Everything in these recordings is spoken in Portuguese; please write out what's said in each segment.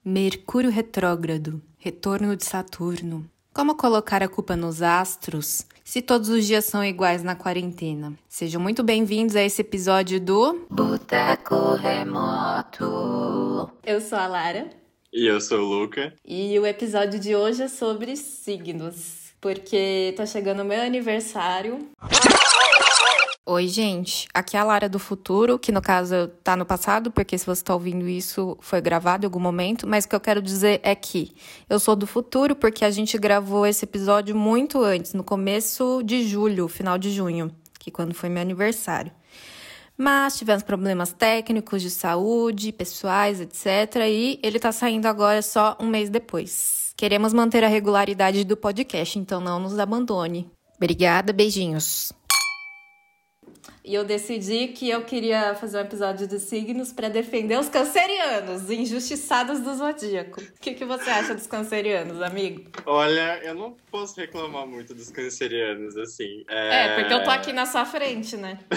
Mercúrio retrógrado, retorno de Saturno. Como colocar a culpa nos astros se todos os dias são iguais na quarentena? Sejam muito bem-vindos a esse episódio do Boteco Remoto. Eu sou a Lara. E eu sou o Luca. E o episódio de hoje é sobre signos, porque tá chegando o meu aniversário. Oi, gente. Aqui é a Lara do futuro, que no caso tá no passado, porque se você tá ouvindo isso, foi gravado em algum momento. Mas o que eu quero dizer é que eu sou do futuro, porque a gente gravou esse episódio muito antes, no começo de julho, final de junho, que quando foi meu aniversário. Mas tivemos problemas técnicos de saúde, pessoais, etc. E ele tá saindo agora só um mês depois. Queremos manter a regularidade do podcast, então não nos abandone. Obrigada, beijinhos. E eu decidi que eu queria fazer um episódio de signos para defender os cancerianos, injustiçados do zodíaco. O que você acha dos cancerianos, amigo? Olha, eu não posso reclamar muito dos cancerianos, assim. Porque eu tô aqui na sua frente, né?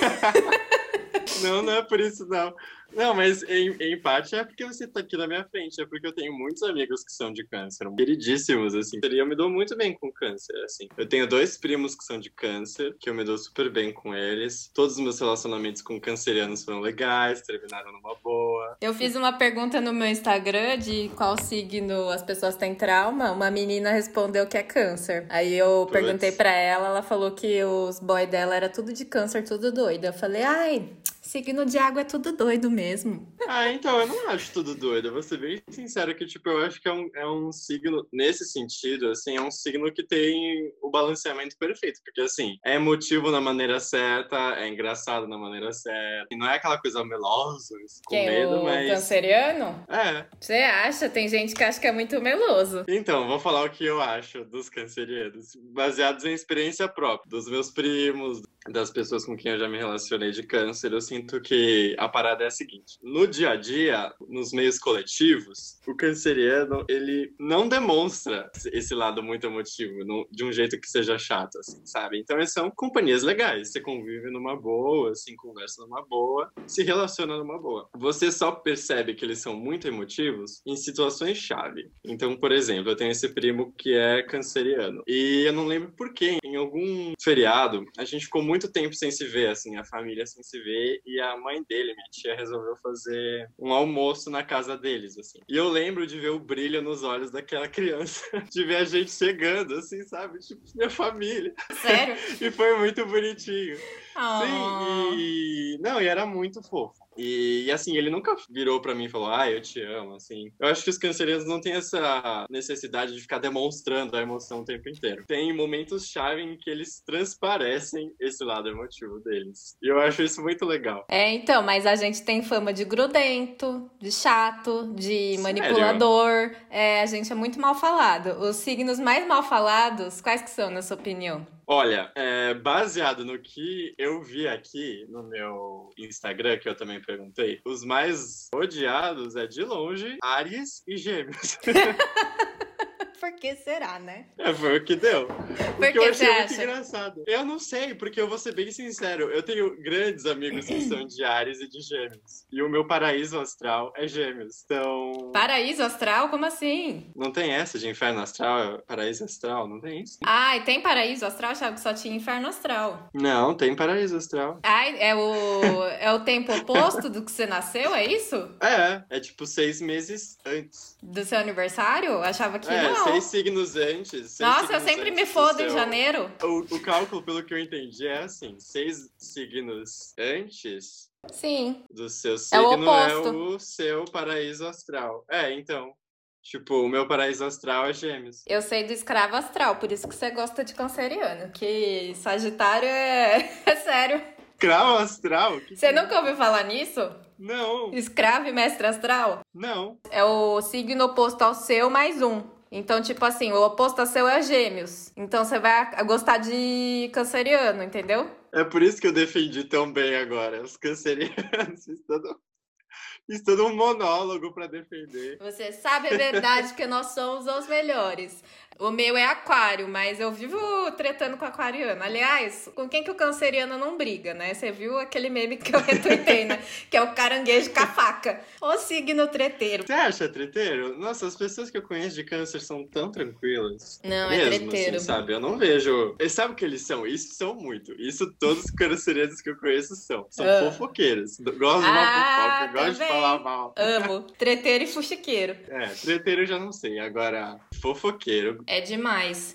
Não é por isso, não. Não, mas em parte é porque você tá aqui na minha frente, é porque eu tenho muitos amigos que são de câncer, queridíssimos, assim. E eu me dou muito bem com câncer, assim. Eu tenho 2 primos que são de câncer, que eu me dou super bem com eles. Todos os meus relacionamentos com cancerianos foram legais, terminaram numa boa. Eu fiz uma pergunta no meu Instagram de qual signo as pessoas têm trauma. Uma menina respondeu que é câncer. Aí eu perguntei pra ela, ela falou que os boy dela era tudo de câncer, tudo doido. Eu falei, ai, signo de água é tudo doido mesmo. Então, eu não acho tudo doido. Eu vou ser bem sincero que, tipo, eu acho que é um signo, nesse sentido, assim, é um signo que tem o balanceamento perfeito. Porque, assim, é emotivo na maneira certa, é engraçado na maneira certa. E não é aquela coisa melosa, com medo, mas... O canceriano? É. Você acha? Tem gente que acha que é muito meloso. Então, vou falar o que eu acho dos cancerianos, baseados em experiência própria, dos meus primos, das pessoas com quem eu já me relacionei de câncer. Eu sinto que a parada é a seguinte: no dia a dia, nos meios coletivos, o canceriano, ele não demonstra esse lado muito emotivo, de um jeito que seja chato, assim, sabe? Então, eles são companhias legais, você convive numa boa, assim, conversa numa boa, se relaciona numa boa. Você só percebe que eles são muito emotivos em situações-chave. Então, por exemplo, eu tenho esse primo que é canceriano, e eu não lembro por quê, em algum feriado, a gente ficou muito tempo sem se ver, assim, a família sem se ver, e a mãe dele, minha tia, resolveu fazer um almoço na casa deles, assim. E eu lembro de ver o brilho nos olhos daquela criança, de ver a gente chegando, assim, sabe? Tipo, minha família. Sério? E foi muito bonitinho. Oh. Sim, e era muito fofo. E assim, ele nunca virou pra mim e falou, eu te amo, assim. Eu acho que os cancerianos não têm essa necessidade de ficar demonstrando a emoção o tempo inteiro. Tem momentos-chave em que eles transparecem esse lado emotivo deles. E eu acho isso muito legal. Então, mas a gente tem fama de grudento, de chato, de manipulador. A gente é muito mal falado. Os signos mais mal falados, quais que são, na sua opinião? Olha, baseado no que eu vi aqui no meu Instagram, que eu também perguntei, os mais odiados é, de longe, Áries e Gêmeos. Por que será, né? Foi o que deu. Por que eu achei você muito acha? engraçado. Eu não sei, porque eu vou ser bem sincero. Eu tenho grandes amigos que são de Áries e de Gêmeos. E o meu paraíso astral é Gêmeos. Então... Paraíso astral? Como assim? Não tem essa de inferno astral, paraíso astral, não tem isso? E tem paraíso astral? Eu achava que só tinha inferno astral. Não, tem paraíso astral. É o tempo oposto do que você nasceu, é isso? É tipo 6 meses antes. Do seu aniversário? Eu achava que não. 6 signos antes. Nossa, eu sempre me fodo em janeiro. O cálculo, pelo que eu entendi, é assim: 6 signos antes. Sim. Do seu signo é o oposto. O seu paraíso astral. Então. Tipo, o meu paraíso astral é Gêmeos. Eu sei do escravo astral, por isso que você gosta de canceriano. Que Sagitário é sério. Escravo astral? Você nunca ouviu falar nisso? Não. Escravo e mestre astral? Não. É o signo oposto ao seu mais um. Então, tipo assim, o oposto ao seu é Gêmeos. Então, você vai gostar de canceriano, entendeu? É por isso que eu defendi tão bem agora. Os cancerianos estão Fiz todo um monólogo pra defender. Você sabe a verdade, porque nós somos os melhores. O meu é aquário, mas eu vivo tretando com aquariano. Aliás, com quem que o canceriano não briga, né? Você viu aquele meme que eu retuitei, né? Que é o caranguejo com a faca. O signo treteiro. Você acha treteiro? Nossa, as pessoas que eu conheço de câncer são tão tranquilas. Não, mesmo, é treteiro. assim, sabe? Eu não vejo... E sabe o que eles são? Isso são muito. Isso todos os cancerianos que eu conheço são. São fofoqueiros. Gostam de uma fofoca, gostam de falar mal. Amo. Treteiro e fuxiqueiro. Treteiro eu já não sei. Agora, fofoqueiro... É demais.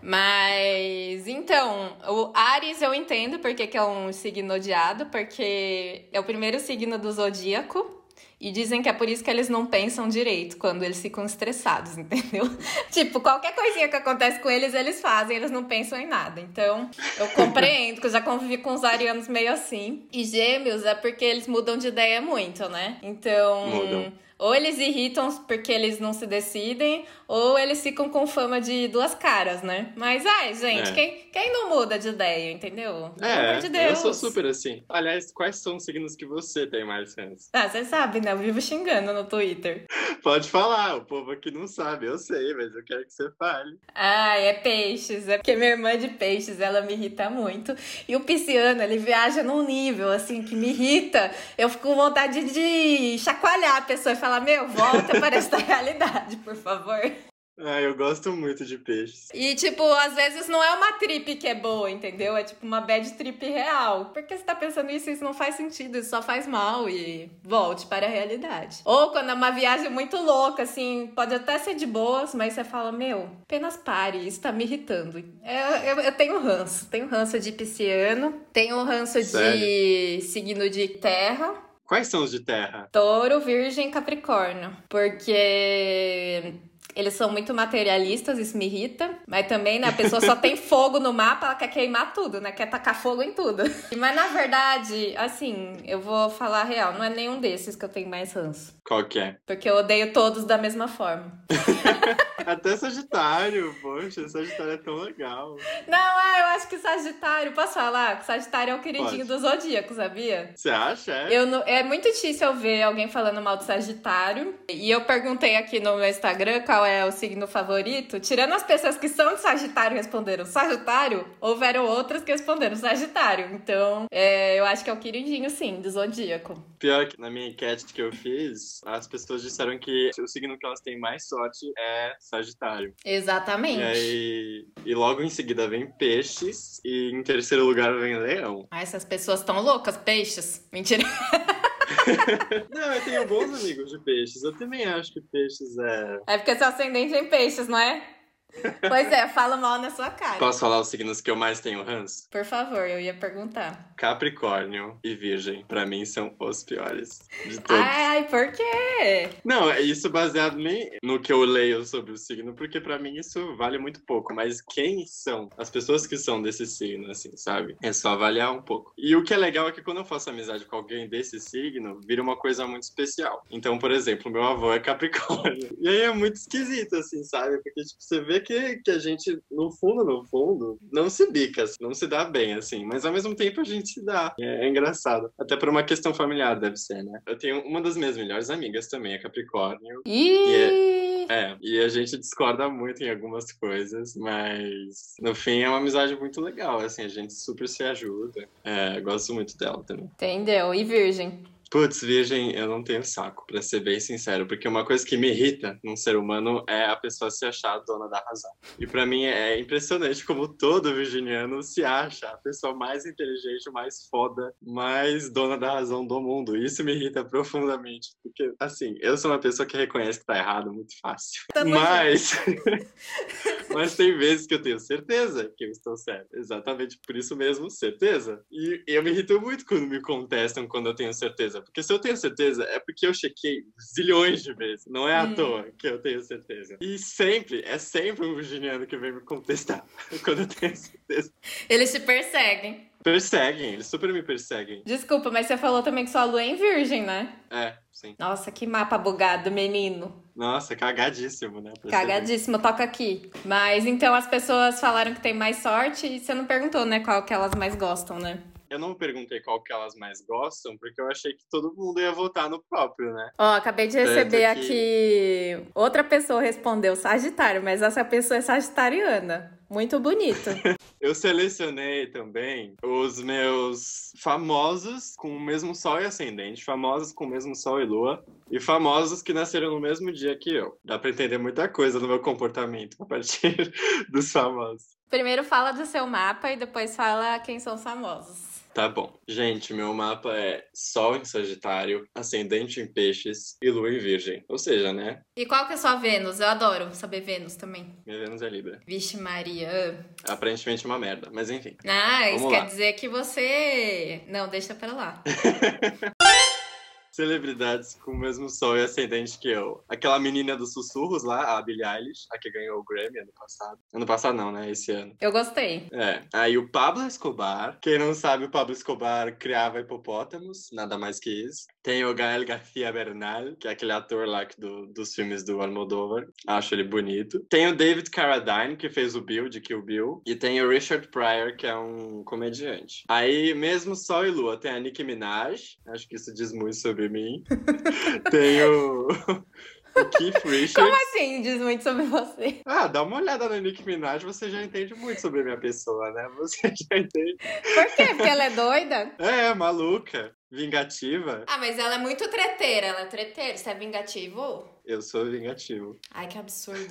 Mas, então, o Áries eu entendo porque que é um signo odiado, porque é o primeiro signo do zodíaco. E dizem que é por isso que eles não pensam direito quando eles ficam estressados, entendeu? Tipo, qualquer coisinha que acontece com eles, eles fazem, eles não pensam em nada. Então, eu compreendo, que eu já convivi com os arianos meio assim. E gêmeos é porque eles mudam de ideia muito, né? Então... Mudam. Ou eles irritam porque eles não se decidem, ou eles ficam com fama de duas caras, né? Mas, gente, quem não muda de ideia, entendeu? Pelo amor de Deus. Eu sou super assim. Aliás, quais são os signos que você tem mais chance? Você sabe, né? Eu vivo xingando no Twitter. Pode falar, o povo aqui não sabe, eu sei, mas eu quero que você fale. É peixes. É porque minha irmã é de peixes, ela me irrita muito. E o pisciano, ele viaja num nível, assim, que me irrita. Eu fico com vontade de chacoalhar a pessoa e falar, volta para esta realidade, por favor. Eu gosto muito de peixes. E, tipo, às vezes não é uma trip que é boa, entendeu? É tipo uma bad trip real. Porque você tá pensando isso não faz sentido, isso só faz mal e volte para a realidade. Ou quando é uma viagem muito louca, assim, pode até ser de boas, mas você fala, apenas pare, isso tá me irritando. Eu tenho ranço de pisciano, tenho ranço de signo de terra. Quais são os de terra? Touro, Virgem e Capricórnio. Porque eles são muito materialistas, isso me irrita. Mas também, né, a pessoa só tem fogo no mapa, ela quer queimar tudo, né? Quer tacar fogo em tudo. Mas, na verdade, assim, eu vou falar a real, não é nenhum desses que eu tenho mais ranço. Qual que é? Porque eu odeio todos da mesma forma. Até Sagitário, poxa, Sagitário é tão legal. Não, eu acho que Sagitário, posso falar? Que Sagitário é o queridinho do zodíaco, sabia? Você acha? É muito difícil eu ver alguém falando mal de Sagitário. E eu perguntei aqui no meu Instagram qual é o signo favorito. Tirando as pessoas que são de Sagitário e responderam Sagitário, houveram outras que responderam Sagitário. Então, eu acho que é o queridinho, sim, do zodíaco. Pior que na minha enquete que eu fiz, as pessoas disseram que o signo que elas têm mais sorte é Sagitário. Exatamente. E logo em seguida vem Peixes e em terceiro lugar vem Leão. Essas pessoas tão loucas, peixes. Mentira. Não, eu tenho bons amigos de peixes. Eu também acho que peixes é... É porque seu ascendente é em peixes, não é? Pois é, falo mal na sua cara. Posso falar os signos que eu mais tenho ranço? Por favor, eu ia perguntar. Capricórnio e Virgem, pra mim, são os piores de todos. Ai, por quê? Não, é isso baseado nem no que eu leio sobre o signo, porque pra mim isso vale muito pouco. Mas quem são as pessoas que são desse signo, assim, sabe? É só avaliar um pouco. E o que é legal é que quando eu faço amizade com alguém desse signo, vira uma coisa muito especial. Então, por exemplo, meu avô é Capricórnio. E aí é muito esquisito, assim, sabe? Porque, tipo, você vê que a gente, no fundo, não se bica, assim, não se dá bem, assim. Mas ao mesmo tempo a gente se dá. É engraçado. Até por uma questão familiar, deve ser, né? Eu tenho uma das minhas melhores amigas também, é Capricórnio. E a gente discorda muito em algumas coisas, mas no fim é uma amizade muito legal, assim, a gente super se ajuda. Gosto muito dela também. Entendeu? E Virgem? Putz, Virgem, eu não tenho saco, pra ser bem sincero, porque uma coisa que me irrita num ser humano é a pessoa se achar dona da razão. E pra mim é impressionante como todo virginiano se acha a pessoa mais inteligente, mais foda, mais dona da razão do mundo. E isso me irrita profundamente, porque, assim, eu sou uma pessoa que reconhece que tá errado muito fácil. Mas tem vezes que eu tenho certeza que eu estou certo. Exatamente por isso mesmo, certeza. E eu me irrito muito quando me contestam quando eu tenho certeza. Porque se eu tenho certeza, é porque eu chequei zilhões de vezes. Não é à toa que eu tenho certeza. E é sempre um virginiano que vem me contestar quando eu tenho certeza. Eles te perseguem. Perseguem, eles super me perseguem. Desculpa, mas você falou também que sua lua é em Virgem, né? Sim. Nossa, que mapa bugado, menino. Nossa, cagadíssimo, né? Cagadíssimo, toca aqui. Mas então as pessoas falaram que tem mais sorte e você não perguntou, né, qual que elas mais gostam, né? eu não perguntei qual que elas mais gostam, porque eu achei que todo mundo ia votar no próprio, né? Ó, acabei de receber aqui... Outra pessoa respondeu Sagitário, mas essa pessoa é sagitariana. Muito bonito. Eu selecionei também os meus famosos com o mesmo sol e ascendente, famosos com o mesmo sol e lua, e famosos que nasceram no mesmo dia que eu. Dá pra entender muita coisa no meu comportamento a partir dos famosos. Primeiro fala do seu mapa e depois fala quem são os famosos. Tá bom. Gente, meu mapa é Sol em Sagitário, Ascendente em Peixes e Lua em Virgem. Ou seja, né? E qual que é sua Vênus? Eu adoro saber Vênus também. Minha Vênus é Libra. Vixe Maria. Aparentemente uma merda, mas enfim. Ah, isso Vamos quer lá. dizer que você... Não, deixa pra lá. Celebridades com o mesmo sol e ascendente que eu. Aquela menina dos sussurros lá, a Billie Eilish, a que ganhou o Grammy ano passado. Ano passado não, né? Esse ano. Eu gostei. Aí o Pablo Escobar. Quem não sabe, o Pablo Escobar criava hipopótamos, nada mais que isso. Tem o Gael García Bernal, que é aquele ator lá dos filmes do Almodóvar. Acho ele bonito. Tem o David Carradine, que fez o Bill, de Kill Bill. E tem o Richard Pryor, que é um comediante. Aí, mesmo Sol e Lua, tem a Nicki Minaj. Acho que isso diz muito sobre mim. Tem o Keith Richards. Como assim diz muito sobre você? Ah, dá uma olhada na Nicki Minaj, você já entende muito sobre a minha pessoa, né? Você já entende. Por quê? Porque ela é doida? É, maluca, vingativa. Ah, mas ela é muito treteira. Ela é treteira. Você é vingativo? Eu sou vingativo. Ai, que absurdo.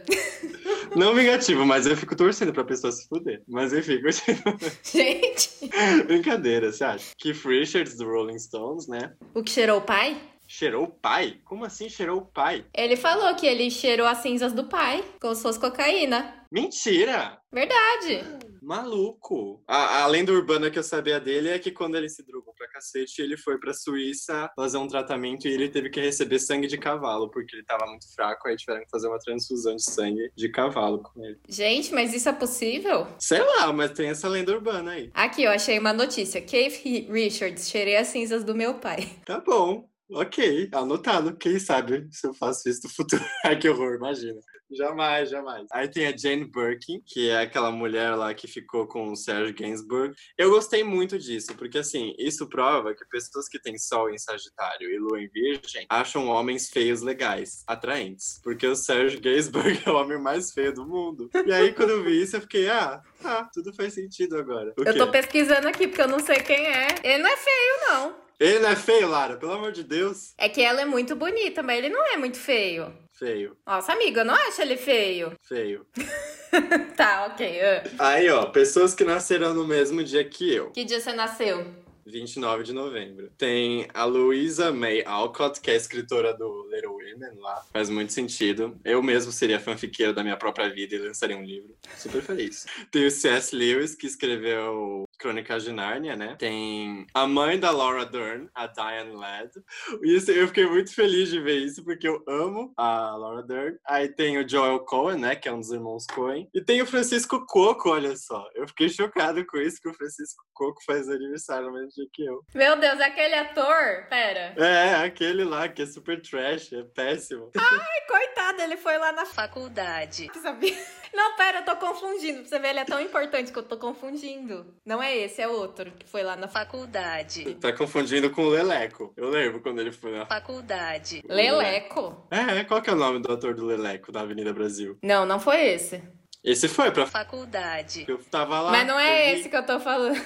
Não vingativo, mas eu fico torcendo pra pessoa se fuder. Mas enfim, continua. Gente. Brincadeira, você acha? Keith Richards, do Rolling Stones, né? O que cheirou o pai? Cheirou o pai? Como assim cheirou o pai? Ele falou que ele cheirou as cinzas do pai, como se fosse cocaína. Mentira! Verdade. Maluco! A lenda urbana que eu sabia dele é que quando ele se drogou pra cacete, ele foi pra Suíça fazer um tratamento e ele teve que receber sangue de cavalo, porque ele tava muito fraco, aí tiveram que fazer uma transfusão de sangue de cavalo com ele. Gente, mas isso é possível? Sei lá, mas tem essa lenda urbana aí. Aqui, eu achei uma notícia. Keith Richards, cheirei as cinzas do meu pai. Tá bom. Ok, anotado. Quem sabe se eu faço isso no futuro. Ai, que horror, imagina. Jamais, jamais. Aí tem a Jane Birkin, que é aquela mulher lá que ficou com o Serge Gainsbourg. Eu gostei muito disso, porque assim, isso prova que pessoas que têm Sol em Sagitário e Lua em Virgem acham homens feios legais, atraentes. Porque o Serge Gainsbourg é o homem mais feio do mundo. E aí, quando eu vi isso, eu fiquei, tudo faz sentido agora. Eu tô pesquisando aqui, porque eu não sei quem é. Ele não é feio, não. Ele não é feio, Lara? Pelo amor de Deus. É que ela é muito bonita, mas ele não é muito feio. Feio. Nossa, amiga, eu não acho ele feio. Feio. Tá, ok. Aí, ó, pessoas que nasceram no mesmo dia que eu. Que dia você nasceu? 29 de novembro. Tem a Louisa May Alcott, que é a escritora do Little Women lá. Faz muito sentido. Eu mesmo seria fanfiqueiro da minha própria vida e lançaria um livro. Super feliz. Tem o C.S. Lewis, que escreveu Crônicas de Nárnia, né? Tem a mãe da Laura Dern, a Diane Ladd. Isso, eu fiquei muito feliz de ver isso, porque eu amo a Laura Dern. Aí tem o Joel Cohen, né? Que é um dos irmãos Coen. E tem o Francisco Coco, olha só. Eu fiquei chocado com isso, que o Francisco Coco faz aniversário no mesmo dia que eu. Meu Deus, é aquele ator? Pera. É, aquele lá que é super trash, é péssimo. Ai, coitado, ele foi lá na faculdade. Sabia? Não, pera, eu tô confundindo. Pra você ver, ele é tão importante que eu tô confundindo. Não é esse, é outro que foi lá na faculdade. Tá confundindo com o Leleco. Eu lembro quando ele foi na faculdade. Leleco? Qual que é o nome do ator do Leleco, da Avenida Brasil? Não, não foi esse. Esse foi pra faculdade. Eu tava lá. Mas não é esse que eu tô falando.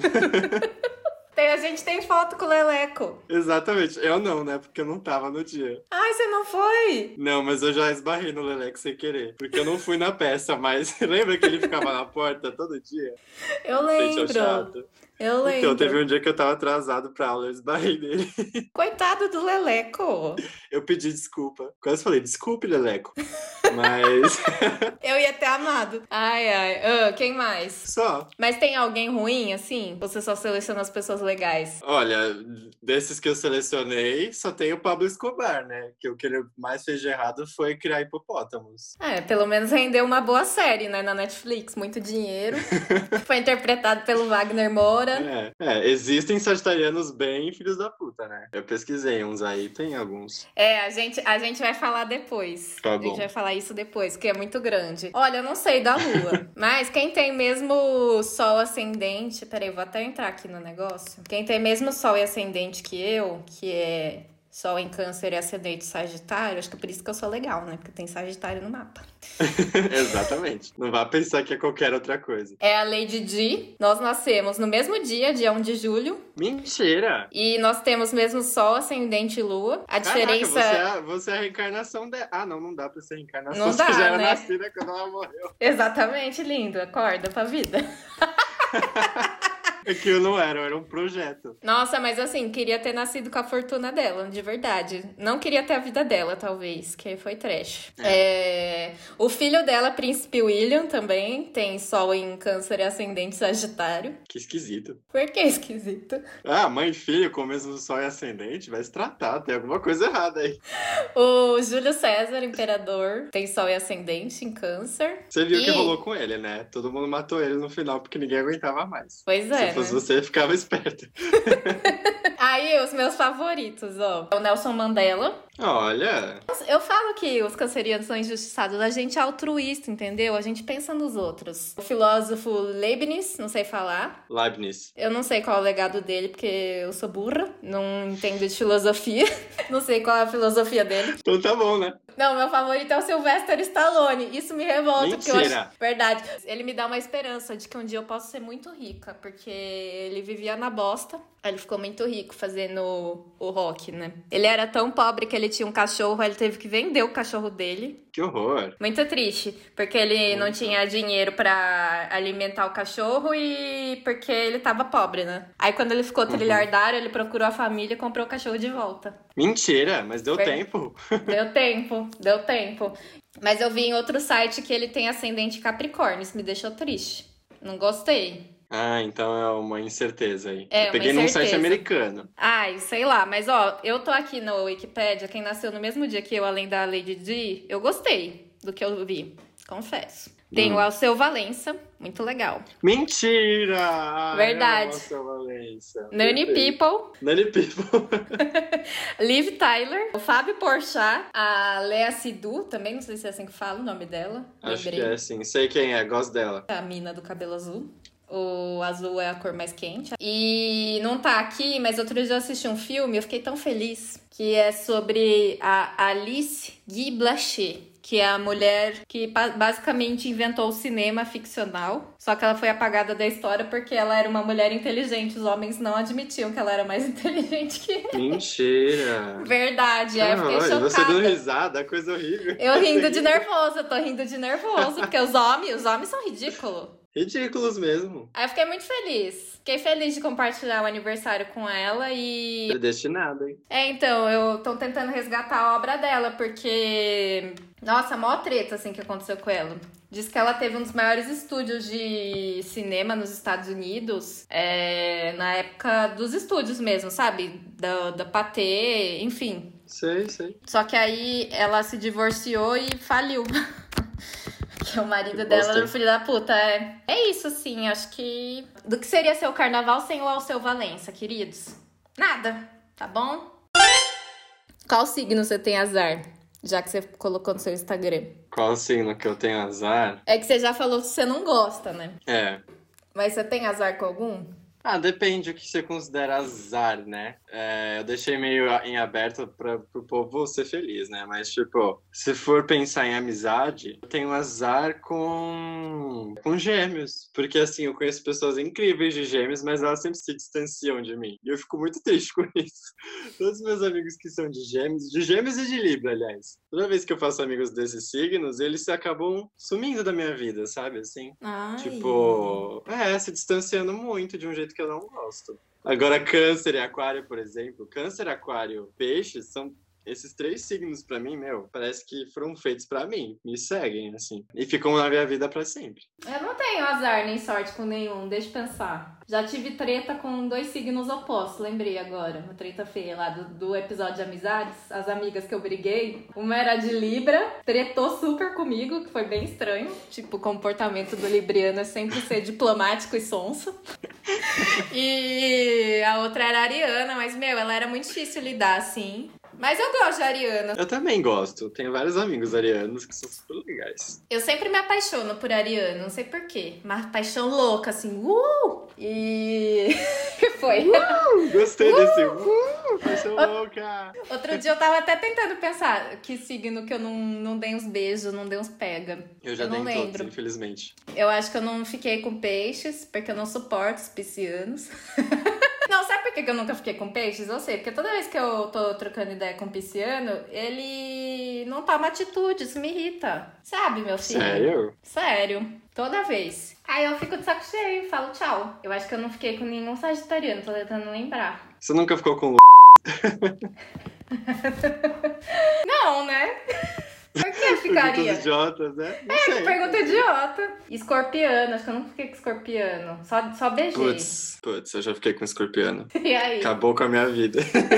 A gente tem foto com o Leleco. Exatamente. Eu não, né? Porque eu não tava no dia. Ai, você não foi? Não, mas eu já esbarrei no Leleco sem querer. Porque eu não fui na peça, mas lembra que ele ficava na porta todo dia? Eu lembro. Eu lembro. Então, teve um dia que eu tava atrasado pra aula, eu esbarrei nele. Coitado do Leleco. Eu pedi desculpa. Quase falei, desculpe, Leleco. Mas... eu ia ter amado. Ai. Quem mais? Só. Mas tem alguém ruim, assim? Você só seleciona as pessoas legais? Olha, desses que eu selecionei, só tem o Pablo Escobar, né? Que o que ele mais fez de errado foi criar hipopótamos. Pelo menos rendeu uma boa série, né? Na Netflix. Muito dinheiro. Foi interpretado pelo Wagner Moura. Existem sagitarianos bem filhos da puta, né? Eu pesquisei uns aí, tem alguns. A gente vai falar depois. Tá bom. A gente vai falar isso isso depois, que é muito grande. Olha, eu não sei da Lua, mas quem tem mesmo Sol ascendente... Peraí, vou até entrar aqui no negócio. Quem tem mesmo Sol e ascendente que eu, que é Sol em Câncer e ascendente Sagitário, acho que é por isso que eu sou legal, né? Porque tem Sagitário no mapa. Exatamente. Não vá pensar que é qualquer outra coisa. É a Lady Di. Nós nascemos no mesmo dia 1 de julho. Mentira! E nós temos mesmo Sol, ascendente e Lua. A diferença... Caraca, você é a reencarnação dela. Ah, não dá pra ser reencarnação. Não dá, você já era né? nascida quando ela morreu. Exatamente, lindo. Acorda pra vida. Aquilo não era um projeto. Nossa, mas assim, queria ter nascido com a fortuna dela, de verdade. Não queria ter a vida dela, talvez, que foi trash. O filho dela, Príncipe William, também tem Sol em Câncer e ascendente Sagitário. Que esquisito. Por que esquisito? Ah, mãe e filho com o mesmo Sol e ascendente? Vai se tratar, tem alguma coisa errada aí. O Júlio César, imperador, tem Sol e ascendente em Câncer. Você viu o que rolou com ele, né? Todo mundo matou ele no final porque ninguém aguentava mais. Pois é, Se fosse você, ficava esperto. Aí, os meus favoritos, ó. O Nelson Mandela. Olha... Eu falo que os cancerianos são injustiçados. A gente é altruísta, entendeu? A gente pensa nos outros. O filósofo Leibniz, não sei falar. Leibniz. Eu não sei qual é o legado dele, porque eu sou burra. Não entendo de filosofia. Não sei qual é a filosofia dele. Então tá bom, né? Não, meu favorito é o Sylvester Stallone. Isso me revolta. Mentira. Porque eu acho... Verdade. Ele me dá uma esperança de que um dia eu posso ser muito rica. Porque ele vivia na bosta. Aí ele ficou muito rico fazendo o rock, né? Ele era tão pobre que ele tinha um cachorro, aí ele teve que vender o cachorro dele. Que horror. Muito triste, porque ele não tinha dinheiro pra alimentar o cachorro e porque ele tava pobre, né? Aí quando ele ficou trilhardário, ele procurou a família e comprou o cachorro de volta. Mentira, mas deu tempo. Deu tempo. Mas eu vi em outro site que ele tem ascendente Capricórnio, isso me deixou triste. Não gostei. Ah, então é uma incerteza aí. É, eu peguei num site americano. Ai, sei lá, mas ó, eu tô aqui no Wikipedia, quem nasceu no mesmo dia que eu, além da Lady Di, eu gostei do que eu vi, confesso. Tem o Alceu Valença, muito legal. Mentira! Verdade. Alceu Valença. Nani People. Nani People. Liv Tyler. O Fábio Porchat. A Léa Seydoux, também, não sei se é assim que fala o nome dela. Acho que é assim. Sei quem é, gosto dela. A mina do cabelo azul. O azul é a cor mais quente. E não tá aqui, mas outro dia eu assisti um filme e eu fiquei tão feliz. Que é sobre a Alice Guy Blaché, que é a mulher que basicamente inventou o cinema ficcional. Só que ela foi apagada da história porque ela era uma mulher inteligente. Os homens não admitiam que ela era mais inteligente que ela. Mentira! Verdade, eu fiquei chocada. Você dando risada, coisa horrível. Eu rindo de nervoso, eu tô rindo de nervoso. Porque os homens são ridículos. Ridículos mesmo. Aí eu fiquei muito feliz. Fiquei feliz de compartilhar o aniversário com ela e... Predestinado, hein? Então, eu tô tentando resgatar a obra dela, porque... Nossa, a maior treta, assim, que aconteceu com ela. Diz que ela teve um dos maiores estúdios de cinema nos Estados Unidos, na época dos estúdios mesmo, sabe? Da Pathé, enfim. Sei. Só que aí ela se divorciou e faliu. Que o marido dela era um filho da puta. É isso, assim, acho que... Do que seria seu carnaval sem o Alceu Valença, queridos? Nada, tá bom? Qual signo você tem azar? Já que você colocou no seu Instagram. Qual signo que eu tenho azar? É que você já falou que você não gosta, né? É. Mas você tem azar com algum? Ah, depende do que você considera azar, né? Eu deixei meio em aberto pro povo ser feliz, né? Mas, tipo, se for pensar em amizade, eu tenho azar com gêmeos. Porque, assim, eu conheço pessoas incríveis de gêmeos, mas elas sempre se distanciam de mim. E eu fico muito triste com isso. Todos os meus amigos que são de gêmeos e de Libra, aliás. Toda vez que eu faço amigos desses signos, eles acabam sumindo da minha vida, sabe? Assim. Ai. Tipo, se distanciando muito de um jeito que eu não gosto. Agora, Câncer e Aquário, por exemplo. Câncer, Aquário, Peixes são esses 3 signos pra mim, parece que foram feitos pra mim. Me seguem, assim. E ficam na minha vida pra sempre. Eu não tenho azar nem sorte com nenhum, deixa eu pensar. Já tive treta com 2 signos opostos, lembrei agora. Uma treta feia lá do episódio de amizades. As amigas que eu briguei. Uma era de Libra, tretou super comigo, que foi bem estranho. Tipo, o comportamento do libriano é sempre ser diplomático e sonso. E a outra era a Ariana, mas, ela era muito difícil lidar, assim. Mas eu gosto de ariano. Eu também gosto. Tenho vários amigos arianos que são super legais. Eu sempre me apaixono por ariano, não sei porquê. Uma paixão louca, assim. E... que foi? Gostei desse. Paixão louca. Outro dia eu tava até tentando pensar que signo que eu não dei uns beijos, não dei uns pega. Eu já não dei em lembro. todos, infelizmente. Eu acho que eu não fiquei com peixes, porque eu não suporto os piscianos. Não, sabe por que eu nunca fiquei com peixes? Eu sei, porque toda vez que eu tô trocando ideia com o pisciano, ele não toma atitude, isso me irrita. Sabe, meu filho? Sério? Sério. Toda vez. Aí eu fico de saco cheio, falo tchau. Eu acho que eu não fiquei com nenhum sagitariano, tô tentando lembrar. Você nunca ficou com Não, né? Por que ficaria? perguntas idiotas, né? Não Que sei. pergunta idiota. Escorpiano, acho que eu não fiquei com escorpiano. Só beijei. Putz, eu já fiquei com escorpiano. E aí? Acabou com a minha vida.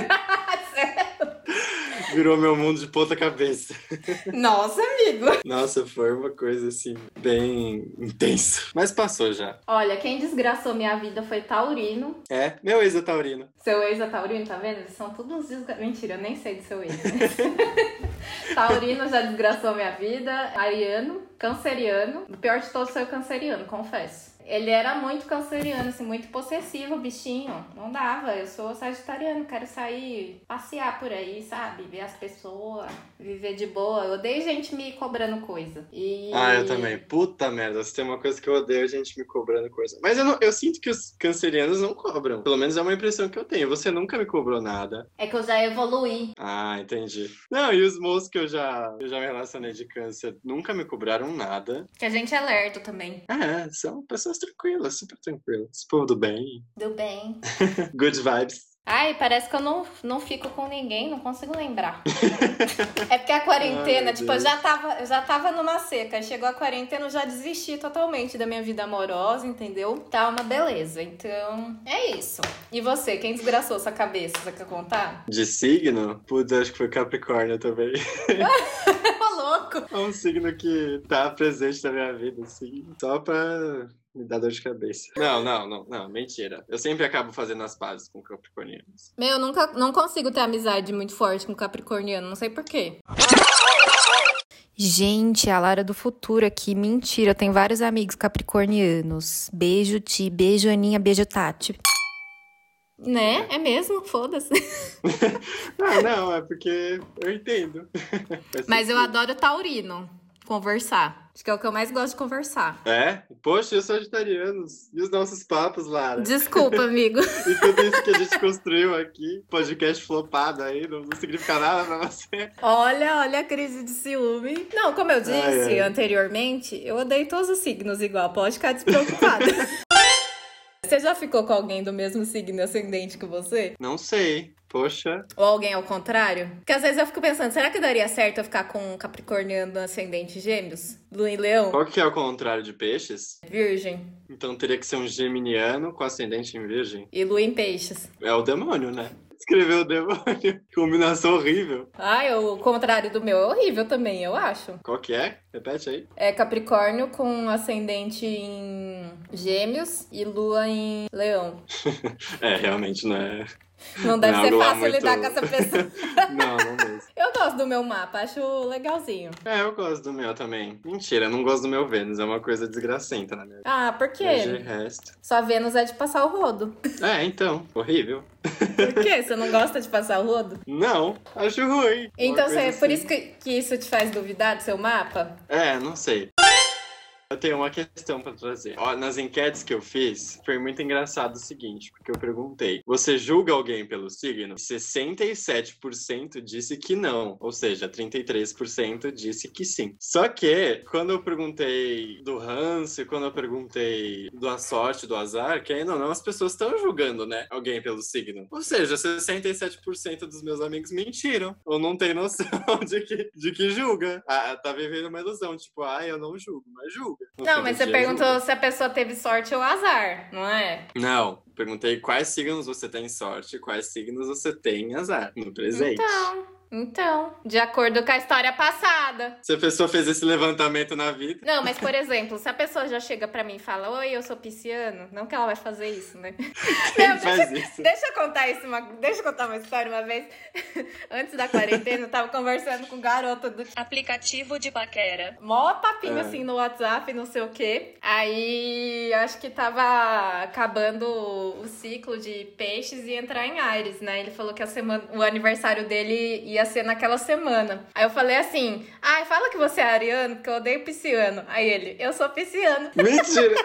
Virou meu mundo de ponta cabeça. Nossa, amigo. Nossa, foi uma coisa assim, bem intensa. Mas passou já. Olha, quem desgraçou minha vida foi taurino. É, meu ex é taurino. Seu ex é taurino, tá vendo? Eles são todos uns Mentira, eu nem sei do seu ex. Né? Taurino já desgraçou minha vida. Ariano, canceriano. O pior de todos foi o canceriano, confesso. Ele era muito canceriano, assim, muito possessivo, bichinho. Não dava. Eu sou sagitariano, quero sair, passear por aí, sabe? Ver as pessoas, viver de boa. Eu odeio gente me cobrando coisa. Eu também. Puta merda, se tem uma coisa que eu odeio, gente me cobrando coisa. Mas eu sinto que os cancerianos não cobram. Pelo menos é uma impressão que eu tenho. Você nunca me cobrou nada. É que eu já evoluí. Ah, entendi. Não, e os moços que eu já me relacionei de câncer nunca me cobraram nada. Que a gente é lerdo também. É, são pessoas tranquilas, super tranquilas. Povo do bem. Do bem. Good vibes. Ai, parece que eu não fico com ninguém, não consigo lembrar. É porque a quarentena, Ai, tipo, eu já tava numa seca. Chegou a quarentena, eu já desisti totalmente da minha vida amorosa, entendeu? Tá uma beleza. Então, é isso. E você, quem desgraçou sua cabeça? Você quer contar? De signo? Putz, acho que foi Capricórnio também. Ô, louco! É um signo que tá presente na minha vida, assim, só pra me dar dor de cabeça. Não, mentira. Eu sempre acabo fazendo as pazes com capricornianos. Meu, eu não consigo ter amizade muito forte com capricorniano, não sei porquê. Gente, a Lara do futuro aqui, mentira, eu tenho vários amigos capricornianos. Beijo, Ti, beijo, Aninha, beijo, Tati. Né? É mesmo? Foda-se. Não, é porque eu entendo. Mas eu adoro taurino, conversar. Acho que é o que eu mais gosto de conversar. É? Poxa, e os sagitarianos? E os nossos papos, Lara? Desculpa, amigo. E tudo isso que a gente construiu aqui, podcast flopado aí, não significa nada pra você. Olha a crise de ciúme. Não, como eu disse anteriormente, eu odeio todos os signos igual, pode ficar despreocupada. Você já ficou com alguém do mesmo signo ascendente que você? Não sei. Poxa. Ou alguém ao contrário? Porque às vezes eu fico pensando, será que daria certo eu ficar com um capricorniano ascendente gêmeos? Lua em leão? Qual que é o contrário de peixes? Virgem. Então teria que ser um geminiano com ascendente em virgem? E lua em peixes. É o demônio, né? Escreveu o demônio. Combinação horrível. O contrário do meu é horrível também, eu acho. Qual que é? Repete aí. É Capricórnio com ascendente em Gêmeos e Lua em Leão. Realmente não é... Não deve ser fácil muito... lidar com essa pessoa. Não mesmo. Eu gosto do meu mapa, acho legalzinho. Eu gosto do meu também. Mentira, eu não gosto do meu Vênus. É uma coisa desgracenta na minha vida. Ah, por quê? Mas de resto... Sua Vênus é de passar o rodo. Então. Horrível. Por quê? Você não gosta de passar o rodo? Não, acho ruim. Então, por assim. isso que isso te faz duvidar do seu mapa? Não sei. Eu tenho uma questão pra trazer. Nas enquetes que eu fiz, foi muito engraçado o seguinte, porque eu perguntei, você julga alguém pelo signo? 67% disse que não, ou seja, 33% disse que sim. Só que, quando eu perguntei do ranço, quando eu perguntei da sorte, do azar, que ainda não, as pessoas estão julgando, né, alguém pelo signo. Ou seja, 67% dos meus amigos mentiram, ou não tem noção de que julga. Tá vivendo uma ilusão, tipo, eu não julgo, mas julga. Não, mas você perguntou se a pessoa teve sorte ou azar, não é? Não, perguntei quais signos você tem sorte, quais signos você tem azar no presente. Então, Então, de acordo com a história passada. Se a pessoa fez esse levantamento na vida. Não, mas por exemplo, se a pessoa já chega pra mim e fala, oi, eu sou pisciano, não que ela vai fazer isso, né? Não, faz isso? Deixa eu contar uma história uma vez. Antes da quarentena, eu tava conversando com um garoto do aplicativo de paquera. Mó papinho assim no WhatsApp, não sei o quê. Aí, acho que tava acabando o ciclo de peixes e entrar em Áries, né? Ele falou que o aniversário dele ia ser naquela semana. Aí eu falei assim, fala que você é ariano, porque eu odeio pisciano. Aí ele, eu sou pisciano. Mentira!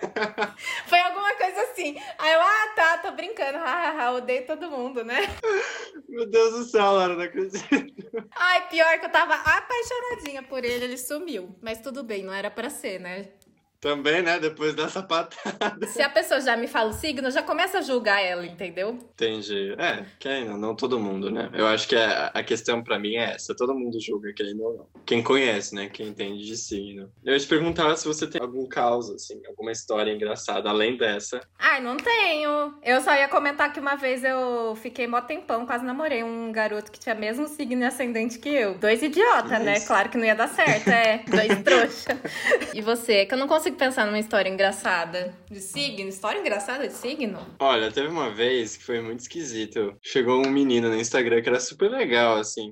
Foi alguma coisa assim. Aí eu, tá, tô brincando, odeio todo mundo, né? Meu Deus do céu, Lara, não acredito. Ai, pior que eu tava apaixonadinha por ele sumiu. Mas tudo bem, não era pra ser, né? Também, né? Depois dessa patada. Se a pessoa já me fala o signo, já começa a julgar ela, entendeu? Entendi. Não todo mundo, né? Eu acho que a questão pra mim é essa. Todo mundo julga, querendo ou não. Quem conhece, né? Quem entende de signo. Eu ia te perguntar se você tem algum caos, assim, alguma história engraçada, além dessa. Ai, não tenho. Eu só ia comentar que uma vez eu fiquei mó tempão, quase namorei um garoto que tinha mesmo signo e ascendente que eu. 2 idiota, né? Claro que não ia dar certo, 2 trouxa. E você? É que eu não consigo pensar numa história engraçada de signo. História engraçada de signo? Olha, teve uma vez que foi muito esquisito. Chegou um menino no Instagram que era super legal, assim.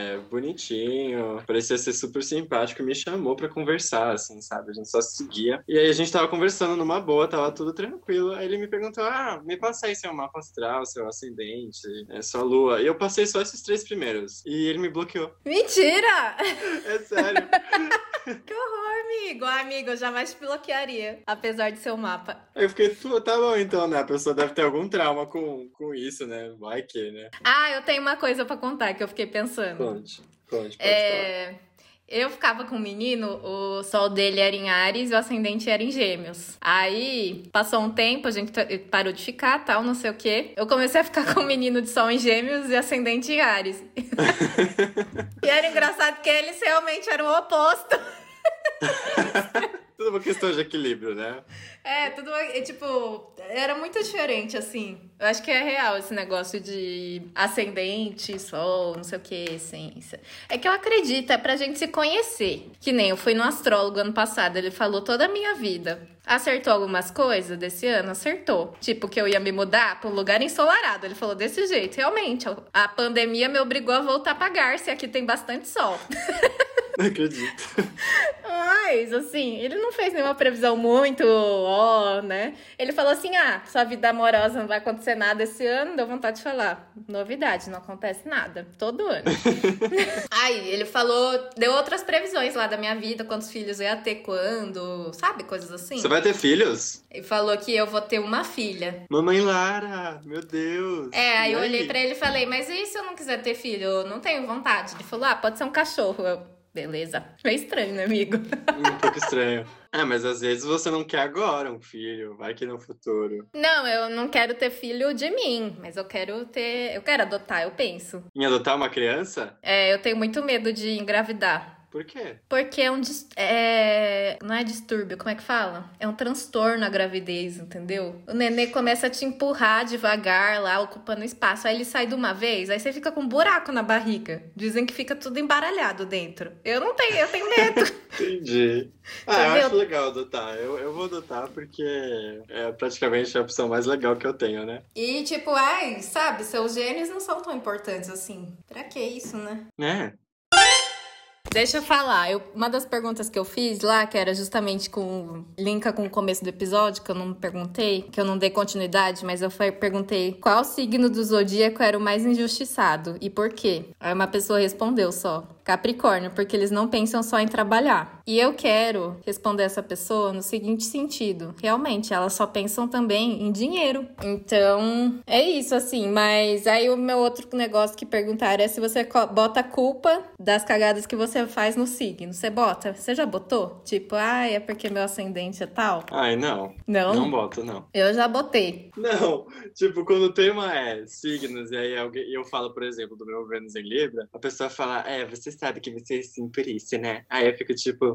Bonitinho, parecia ser super simpático. Me chamou pra conversar, assim, sabe? A gente só se seguia. E aí a gente tava conversando numa boa, tava tudo tranquilo. Aí ele me perguntou, me passa aí seu mapa astral, seu ascendente, sua lua. E eu passei só esses 3 primeiros. E ele me bloqueou. Mentira! É sério. Que horror, amigo. Eu jamais te bloquearia, apesar de ser o mapa. Aí eu fiquei, tá bom então, né? A pessoa deve ter algum trauma com isso, né? Vai que, né? Eu tenho uma coisa pra contar que eu fiquei pensando. Conte, pode falar. Eu ficava com um menino, o sol dele era em Áries e o ascendente era em Gêmeos. Aí, passou um tempo, a gente parou de ficar, tal, não sei o quê. Eu comecei a ficar com um menino de sol em Gêmeos e ascendente em Áries. E era engraçado porque eles realmente eram o oposto. Tudo uma questão de equilíbrio, né? Era muito diferente, assim. Eu acho que é real esse negócio de ascendente, sol, não sei o que, essência. É que eu acredito, é pra gente se conhecer. Que nem eu fui no astrólogo ano passado, ele falou toda a minha vida. Acertou algumas coisas desse ano? Acertou. Tipo, que eu ia me mudar pra um lugar ensolarado. Ele falou desse jeito. Realmente, a pandemia me obrigou a voltar pra Garça, aqui tem bastante sol. Não acredito. Mas, assim, ele não fez nenhuma previsão muito, né? Ele falou assim, sua vida amorosa não vai acontecer nada esse ano. Deu vontade de falar. Novidade, não acontece nada. Todo ano. Aí, ele falou, deu outras previsões lá da minha vida, quantos filhos eu ia ter, quando, sabe? Coisas assim. Você vai ter filhos? Ele falou que eu vou ter uma filha. Mamãe Lara, meu Deus. Aí eu olhei pra ele e falei, mas e se eu não quiser ter filho? Eu não tenho vontade. Ele falou, pode ser um cachorro. Beleza. Meio estranho, né, amigo? Um pouco estranho. Mas às vezes você não quer agora um filho, vai que no futuro. Não, eu não quero ter filho de mim, mas eu quero adotar, eu penso. Em adotar uma criança? Eu tenho muito medo de engravidar. Por quê? Porque não é distúrbio, como é que fala? É um transtorno a gravidez, entendeu? O nenê começa a te empurrar devagar lá, ocupando espaço. Aí ele sai de uma vez, aí você fica com um buraco na barriga. Dizem que fica tudo embaralhado dentro. Eu tenho medo. Entendi. Eu acho legal adotar. Eu vou adotar porque é praticamente a opção mais legal que eu tenho, né? E sabe, seus genes não são tão importantes assim. Pra que isso, né? Deixa eu falar, uma das perguntas que eu fiz lá, que era justamente linka com o começo do episódio, que eu não perguntei, que eu não dei continuidade, mas eu perguntei qual signo do zodíaco era o mais injustiçado e por quê? Aí uma pessoa respondeu só, Capricórnio, porque eles não pensam só em trabalhar. E eu quero responder essa pessoa no seguinte sentido, realmente, elas só pensam também em dinheiro. Então, é isso, assim, mas aí o meu outro negócio que perguntaram é se você bota a culpa das cagadas que você faz no signo. Você bota? Você já botou? Tipo, é porque meu ascendente é tal? Não. Não? Não boto, não. Eu já botei. Não, tipo, quando o tema é signos, e aí eu falo, por exemplo, do meu Vênus em Libra, a pessoa fala, você sabe que você é assim por isso, né? Aí eu fico tipo,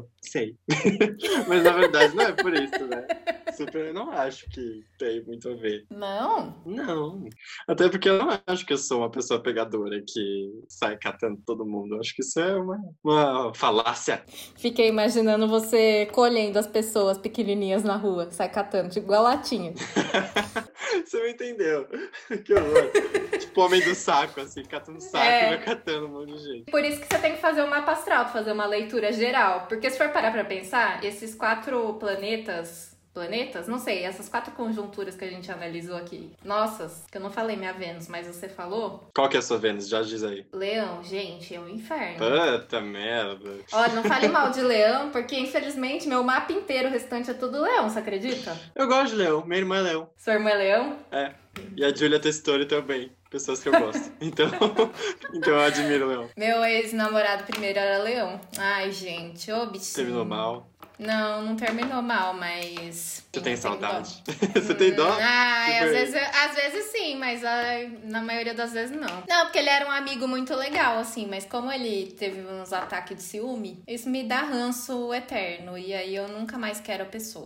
falou, sei. Mas na verdade não é por isso, né? Super, eu não acho que tem muito a ver. Não? Não. Até porque eu não acho que eu sou uma pessoa pegadora que sai catando todo mundo. Eu acho que isso é uma falácia. Fiquei imaginando você colhendo as pessoas pequenininhas na rua, sai catando, tipo, igual latinha. Você me entendeu. Que horror. Tipo homem do saco, assim, catando saco e vai catando um monte de gente. Por isso que você tem que fazer um mapa astral, fazer uma leitura geral. Porque se for parar pra pensar, esses 4 planetas, não sei, essas 4 conjunturas que a gente analisou aqui. Nossas, que eu não falei minha Vênus, mas você falou. Qual que é a sua Vênus? Já diz aí. Leão, gente, é um inferno. Puta merda. Olha, não fale mal de leão, porque infelizmente meu mapa inteiro, o restante é tudo leão, você acredita? Eu gosto de leão, minha irmã é leão. Sua irmã é leão? É, e a Julia Testori também. Pessoas que eu gosto. Então eu admiro o leão. Meu ex-namorado primeiro era leão. Ai, gente, ô bichinho. Terminou mal. Não terminou mal, mas... Você tem saudade? Você tem dó? Ai, às vezes sim, mas na maioria das vezes não. Não, porque ele era um amigo muito legal, assim, mas como ele teve uns ataques de ciúme, isso me dá ranço eterno, e aí eu nunca mais quero a pessoa.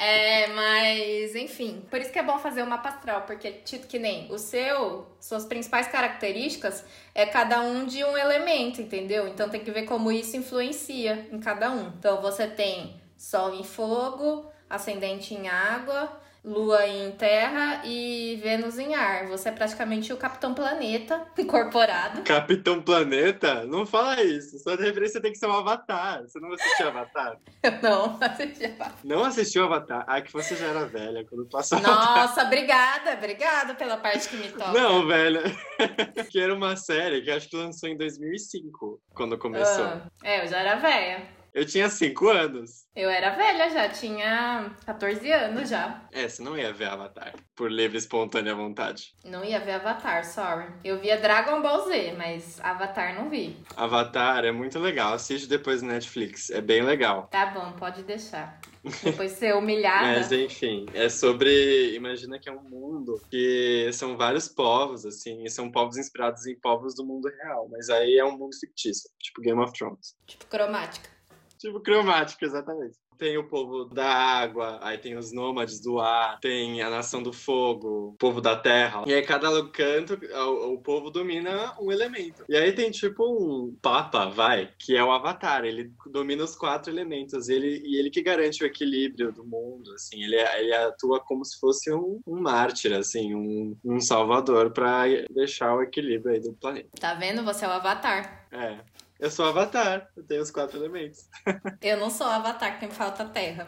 Mas, enfim, por isso que é bom fazer o mapa astral, porque, tipo, que nem suas principais características é cada um de um elemento, entendeu? Então tem que ver como isso influencia em cada um. Então você tem Sol em fogo, ascendente em água, Lua em terra e Vênus em ar. Você é praticamente o Capitão Planeta incorporado. Capitão Planeta? Não fala isso. Sua referência tem que ser um Avatar. Você não assistiu Avatar? Eu não assisti Avatar. Não assistiu Avatar? Ah, que você já era velha quando passou Avatar. Nossa, obrigada pela parte que me toca. Não, velha. Que era uma série que acho que lançou em 2005, quando começou. Eu já era velha. Eu tinha 5 anos. Eu era velha já, tinha 14 anos já. Você não ia ver Avatar por livre e espontânea vontade. Não ia ver Avatar, sorry. Eu via Dragon Ball Z, mas Avatar não vi. Avatar é muito legal, assiste depois no Netflix, é bem legal. Tá bom, pode deixar. Depois de ser humilhada. Mas enfim, é sobre... Imagina que é um mundo que são vários povos, assim, e são povos inspirados em povos do mundo real. Mas aí é um mundo fictício, tipo Game of Thrones. Tipo cromática. Tipo cromático, exatamente. Tem o povo da água, aí tem os nômades do ar, tem a nação do fogo, o povo da terra. E aí cada canto, o povo domina um elemento. E aí tem tipo um papa, que é o Avatar. Ele domina os 4 elementos. E ele que garante o equilíbrio do mundo, assim. Ele atua como se fosse um mártir, assim, um salvador pra deixar o equilíbrio aí do planeta. Tá vendo? Você é o Avatar. Eu sou Avatar, eu tenho os 4 elementos. Eu não sou Avatar, porque me falta terra.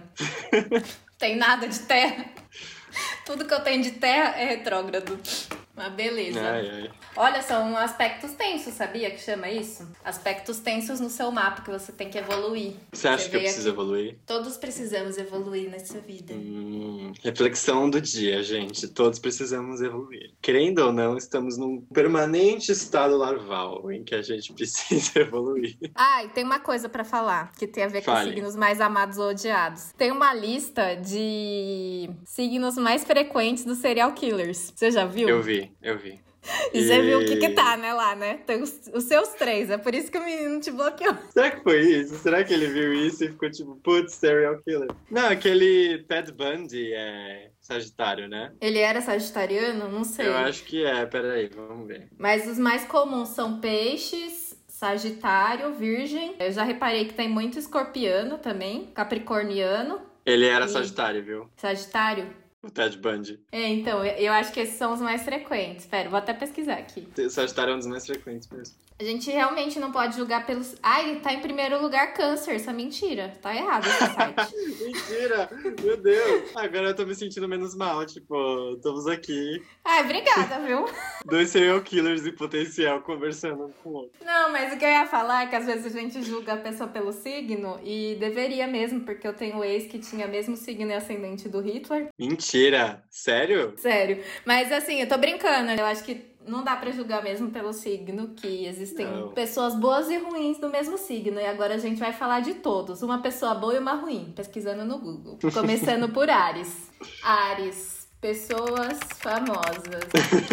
Tem nada de terra. Tudo que eu tenho de terra é retrógrado. Mas beleza. Olha, são aspectos tensos, sabia que chama isso? Aspectos tensos no seu mapa que você tem que evoluir. Você acha que eu preciso evoluir? Todos precisamos evoluir nessa vida. Reflexão do dia, gente. Todos precisamos evoluir. Querendo ou não, estamos num permanente estado larval em que a gente precisa evoluir. E tem uma coisa pra falar que tem a ver com os signos mais amados ou odiados. Tem uma lista de signos mais frequentes dos serial killers. Você já viu? Eu vi. E você viu o que tá, né, lá, né? Tem os seus 3, é por isso que o menino te bloqueou. Será que foi isso? Será que ele viu isso e ficou tipo, putz, serial killer? Não, aquele Ted Bundy é Sagitário, né? Ele era sagitariano? Não sei. Eu acho que peraí, vamos ver. Mas os mais comuns são peixes, Sagitário, Virgem. Eu já reparei que tem muito escorpiano também, capricorniano. Ele era Sagitário, viu? Sagitário? O Ted Bundy. Então, eu acho que esses são os mais frequentes. Pera, vou até pesquisar aqui. O Sagitário é um dos mais frequentes mesmo. A gente realmente não pode julgar pelos... Tá em primeiro lugar Câncer, essa mentira. Tá errado esse site. Mentira! Meu Deus! Agora eu tô me sentindo menos mal, tipo, estamos aqui. Obrigada, viu? 2 serial killers em potencial conversando um com o outro. Não, mas o que eu ia falar é que às vezes a gente julga a pessoa pelo signo e deveria mesmo, porque eu tenho um ex que tinha mesmo signo e ascendente do Hitler. Mentira! Sério? Sério. Mas assim, eu tô brincando. Eu acho que não dá pra julgar mesmo pelo signo, que existem pessoas boas e ruins do mesmo signo. E agora a gente vai falar de todos. Uma pessoa boa e uma ruim, pesquisando no Google. Começando por Áries. Áries. Pessoas famosas.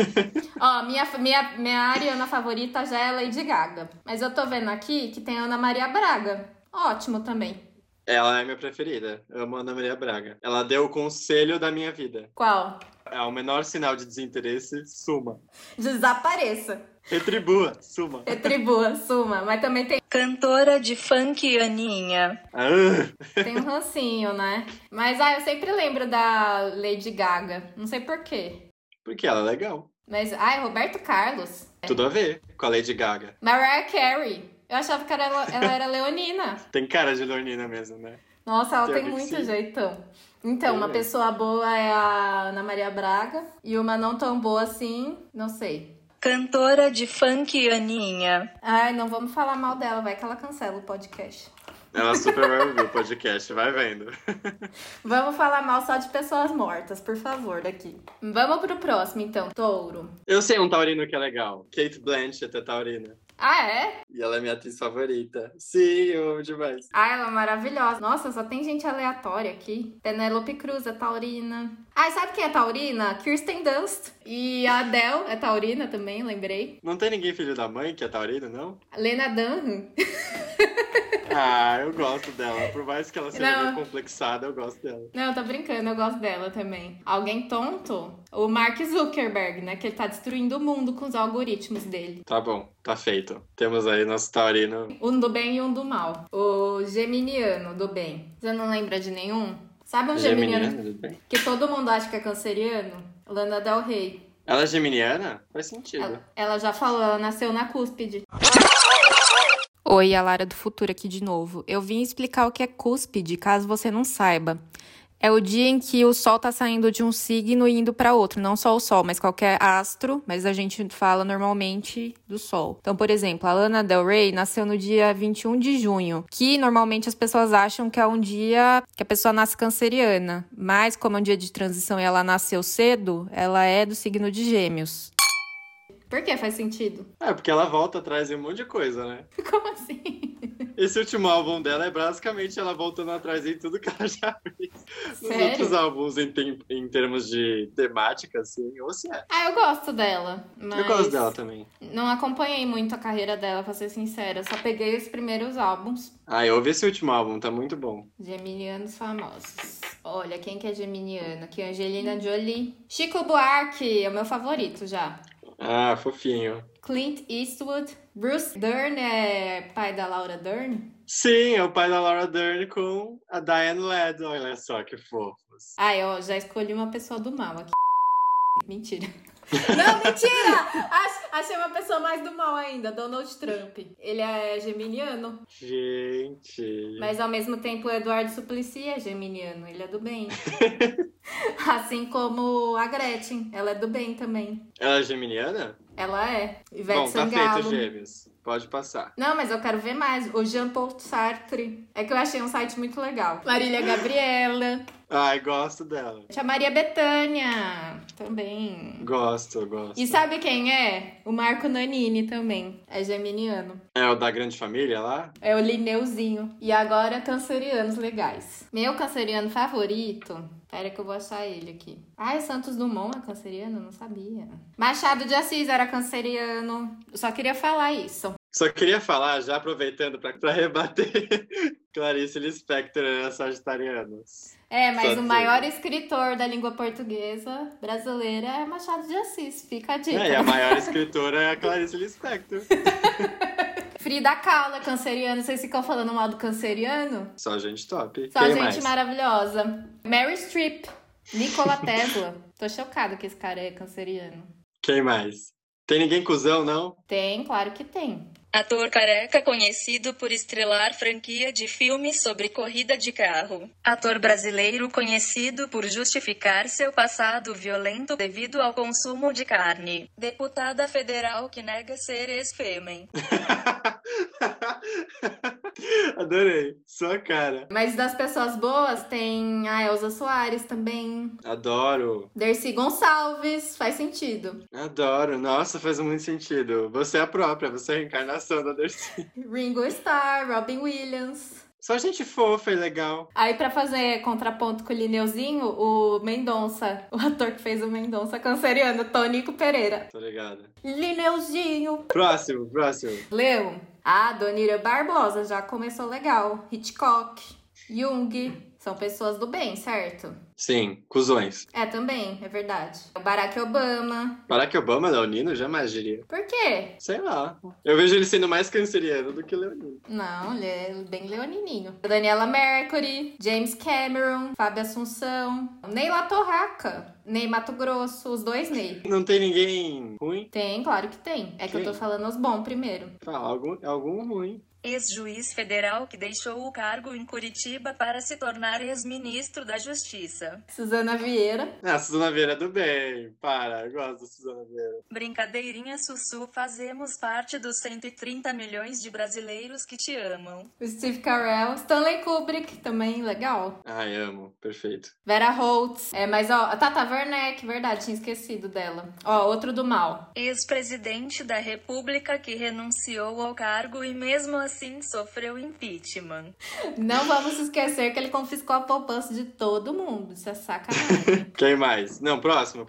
Minha ariana favorita já é Lady Gaga. Mas eu tô vendo aqui que tem a Ana Maria Braga. Ótimo também. Ela é minha preferida. Amo a Ana Maria Braga. Ela deu o conselho da minha vida. Qual? Ao menor sinal de desinteresse, suma. Desapareça. Retribua, suma. Retribua, suma. Mas também tem... Cantora de funk Aninha. Tem um rancinho, né? Mas, eu sempre lembro da Lady Gaga. Não sei por quê. Porque ela é legal. Mas, Roberto Carlos. Tudo a ver com a Lady Gaga. Mariah Carey. Eu achava que ela era leonina. Tem cara de leonina mesmo, né? Nossa, ela tem Pior que muito sim. jeitão. Então, uma pessoa boa é a Ana Maria Braga. E uma não tão boa assim, não sei. Cantora de funk Aninha. Ai, não vamos falar mal dela, vai que ela cancela o podcast. Ela super vai ouvir o podcast, vai vendo. Vamos falar mal só de pessoas mortas, por favor, daqui. Vamos pro próximo, então. Touro. Eu sei um taurino que é legal. Kate Blanchett é taurina. Ah, é? E ela é minha atriz favorita. Sim, eu amo demais. Ela é maravilhosa. Nossa, só tem gente aleatória aqui. Penélope Cruz é taurina. Sabe quem é taurina? Kirsten Dunst. E a Adele é taurina também, lembrei. Não tem ninguém filho da mãe que é taurino, não? Lena Dunham. Eu gosto dela. Por mais que ela seja meio complexada, eu gosto dela. Não, tô brincando, eu gosto dela também. Alguém tonto? O Mark Zuckerberg, né? Que ele tá destruindo o mundo com os algoritmos dele. Tá bom, tá feito. Temos aí nosso taurino. Um do bem e um do mal. O geminiano do bem. Você não lembra de nenhum? Sabe um geminiano do bem? que todo mundo acha que é canceriano? Lana Del Rey. Ela é geminiana? Faz sentido. Ela já falou, ela nasceu na cúspide. Oi, a Lara do Futuro aqui de novo. Eu vim explicar o que é cúspide, caso você não saiba. É o dia em que o Sol tá saindo de um signo e indo para outro. Não só o Sol, mas qualquer astro. Mas a gente fala normalmente do Sol. Então, por exemplo, a Lana Del Rey nasceu no dia 21 de junho. Que normalmente as pessoas acham que é um dia que a pessoa nasce canceriana. Mas como é um dia de transição e ela nasceu cedo, ela é do signo de Gêmeos. Por que faz sentido? Porque ela volta atrás de um monte de coisa, né? Como assim? Esse último álbum dela é basicamente ela voltando atrás em tudo que ela já fez. Nos Sério? outros álbuns, em termos de temática, assim, ou se é. Eu gosto dela. Mas Eu gosto dela também. não acompanhei muito a carreira dela, pra ser sincera. Só peguei os primeiros álbuns. Eu ouvi esse último álbum, tá muito bom. Geminianos famosos. Olha, quem que é geminiano? Aqui, Angelina Jolie. Chico Buarque, é o meu favorito já. Fofinho. Clint Eastwood. Bruce Dern é pai da Laura Dern? Sim, é o pai da Laura Dern com a Diane Ladd. Olha só que fofos. Já escolhi uma pessoa do mal aqui. Mentira. Não, mentira! Achei uma pessoa mais do mal ainda, Donald Trump. Ele é geminiano. Gente. Mas ao mesmo tempo o Eduardo Suplicy é geminiano, ele é do bem. Assim como a Gretchen, ela é do bem também. Ela é geminiana? Ela é. Ivete Bom, Sangalo. tá feito, gêmeos. Pode passar. Não, mas eu quero ver mais. O Jean-Paul Sartre. É que eu achei um site muito legal. Marília Gabriela. Gosto dela. Tia Maria Bethânia. Também. Gosto. E sabe quem é? O Marco Nanini também. É geminiano. É o da Grande Família lá? É o Lineuzinho. E agora, cancerianos legais. Meu canceriano favorito... Pera que eu vou achar ele aqui. Santos Dumont é canceriano? Não sabia. Machado de Assis era canceriano. Eu só queria falar isso. Só queria falar, já aproveitando pra rebater, Clarice Lispector era sagitariano. Mas o maior escritor da língua portuguesa brasileira é Machado de Assis. Fica a dica. E a maior escritora é a Clarice Lispector. Frida Kahlo é canceriano. Vocês ficam falando mal do canceriano? Só gente top. Só Quem gente mais? maravilhosa. Mary Streep. Nikola Tesla. Tô chocada que esse cara é canceriano. Quem mais? Tem ninguém cuzão, não? Tem, claro que tem. Ator careca conhecido por estrelar franquia de filmes sobre corrida de carro. Ator brasileiro conhecido por justificar seu passado violento devido ao consumo de carne. Deputada federal que nega ser ex-fêmea. Adorei. Sua cara. Mas das pessoas boas tem a Elza Soares também. Adoro. Dercy Gonçalves, faz sentido. Adoro. Nossa, faz muito sentido. Você é a própria, você é a reencarnação da Dercy. Ringo Starr, Robin Williams. Só gente fofa e legal. Aí pra fazer contraponto com o Lineuzinho, o Mendonça, o ator que fez o Mendonça canceriano, Tonico Pereira. Tô ligado. Lineuzinho. Próximo. Leu? Donira Barbosa, já começou legal. Hitchcock. Jung. São pessoas do bem, certo? Sim, cuzões. É, também, é verdade. O Barack Obama. Barack Obama, leonino, jamais diria. Por quê? Sei lá. Eu vejo ele sendo mais canceriano do que leonino. Não, ele é bem leonininho. Daniela Mercury, James Cameron, Fábio Assunção, Ney Latorraca, Ney Mato Grosso, os dois Ney. Não tem ninguém ruim? Tem, claro que tem. É que eu tô falando os bons primeiro. Algum ruim. Ex-juiz federal que deixou o cargo em Curitiba para se tornar ex-ministro da Justiça. Suzana Vieira. Ah, Suzana Vieira do bem. Para, eu gosto da Suzana Vieira. Brincadeirinha Sussu, fazemos parte dos 130 milhões de brasileiros que te amam. O Steve Carell. Stanley Kubrick, também legal. Ai, amo. Perfeito. Vera Holtz. Mas ó, a Tata Werneck, verdade, tinha esquecido dela. Ó, outro do mal. Ex-presidente da República que renunciou ao cargo e mesmo assim sofreu impeachment. Não vamos esquecer que ele confiscou a poupança de todo mundo. Isso é sacanagem. Quem mais? Não, próximo.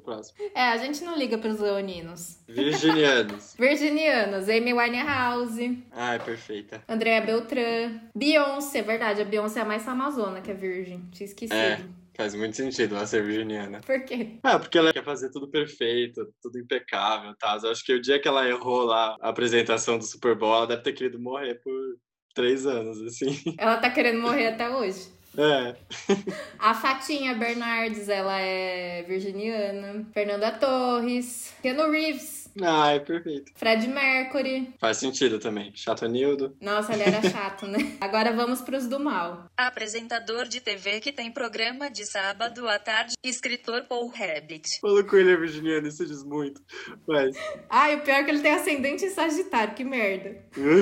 A gente não liga pros leoninos. Virginianos. Virginianos. Amy Winehouse. Ai, perfeita. Andrea Beltrán. Beyoncé, verdade. A Beyoncé é a mais famosona que a virgem. Tinha esquecido. Faz muito sentido ela ser virginiana. Por quê? Porque ela quer fazer tudo perfeito, tudo impecável, tá? Eu acho que o dia que ela errou lá a apresentação do Super Bowl, ela deve ter querido morrer por 3 anos, assim. Ela tá querendo morrer até hoje. É. A Fatinha Bernardes, ela é virginiana. Fernanda Torres. Keanu Reeves. Ai, perfeito. Fred Mercury. Faz sentido também. Chatonildo. Nossa, ele era chato, né? Agora vamos pros do mal. Apresentador de TV que tem programa de sábado à tarde, escritor Paul Rabbit. Falou com ele é virginiano, isso diz muito. Mas... Ai, o pior é que ele tem ascendente em Sagitário, que merda.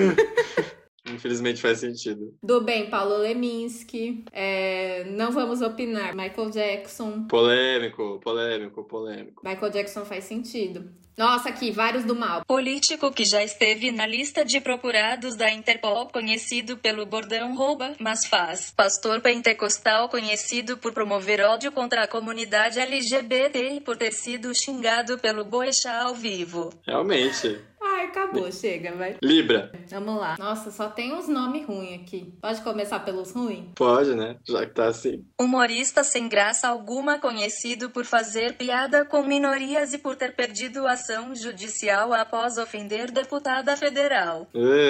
Infelizmente faz sentido. Do bem, Paulo Leminski. Não vamos opinar. Michael Jackson. Polêmico. Michael Jackson faz sentido. Nossa, aqui, vários do mal. Político que já esteve na lista de procurados da Interpol, conhecido pelo bordão rouba, mas faz. Pastor pentecostal conhecido por promover ódio contra a comunidade LGBT e por ter sido xingado pelo Boechat ao vivo. Realmente. Ai, acabou, chega, vai. Libra. Vamos lá. Nossa, só tem uns nomes ruins aqui. Pode começar pelos ruins? Pode, né? Já que tá assim. Humorista sem graça alguma, conhecido por fazer piada com minorias e por ter perdido ação judicial após ofender deputada federal.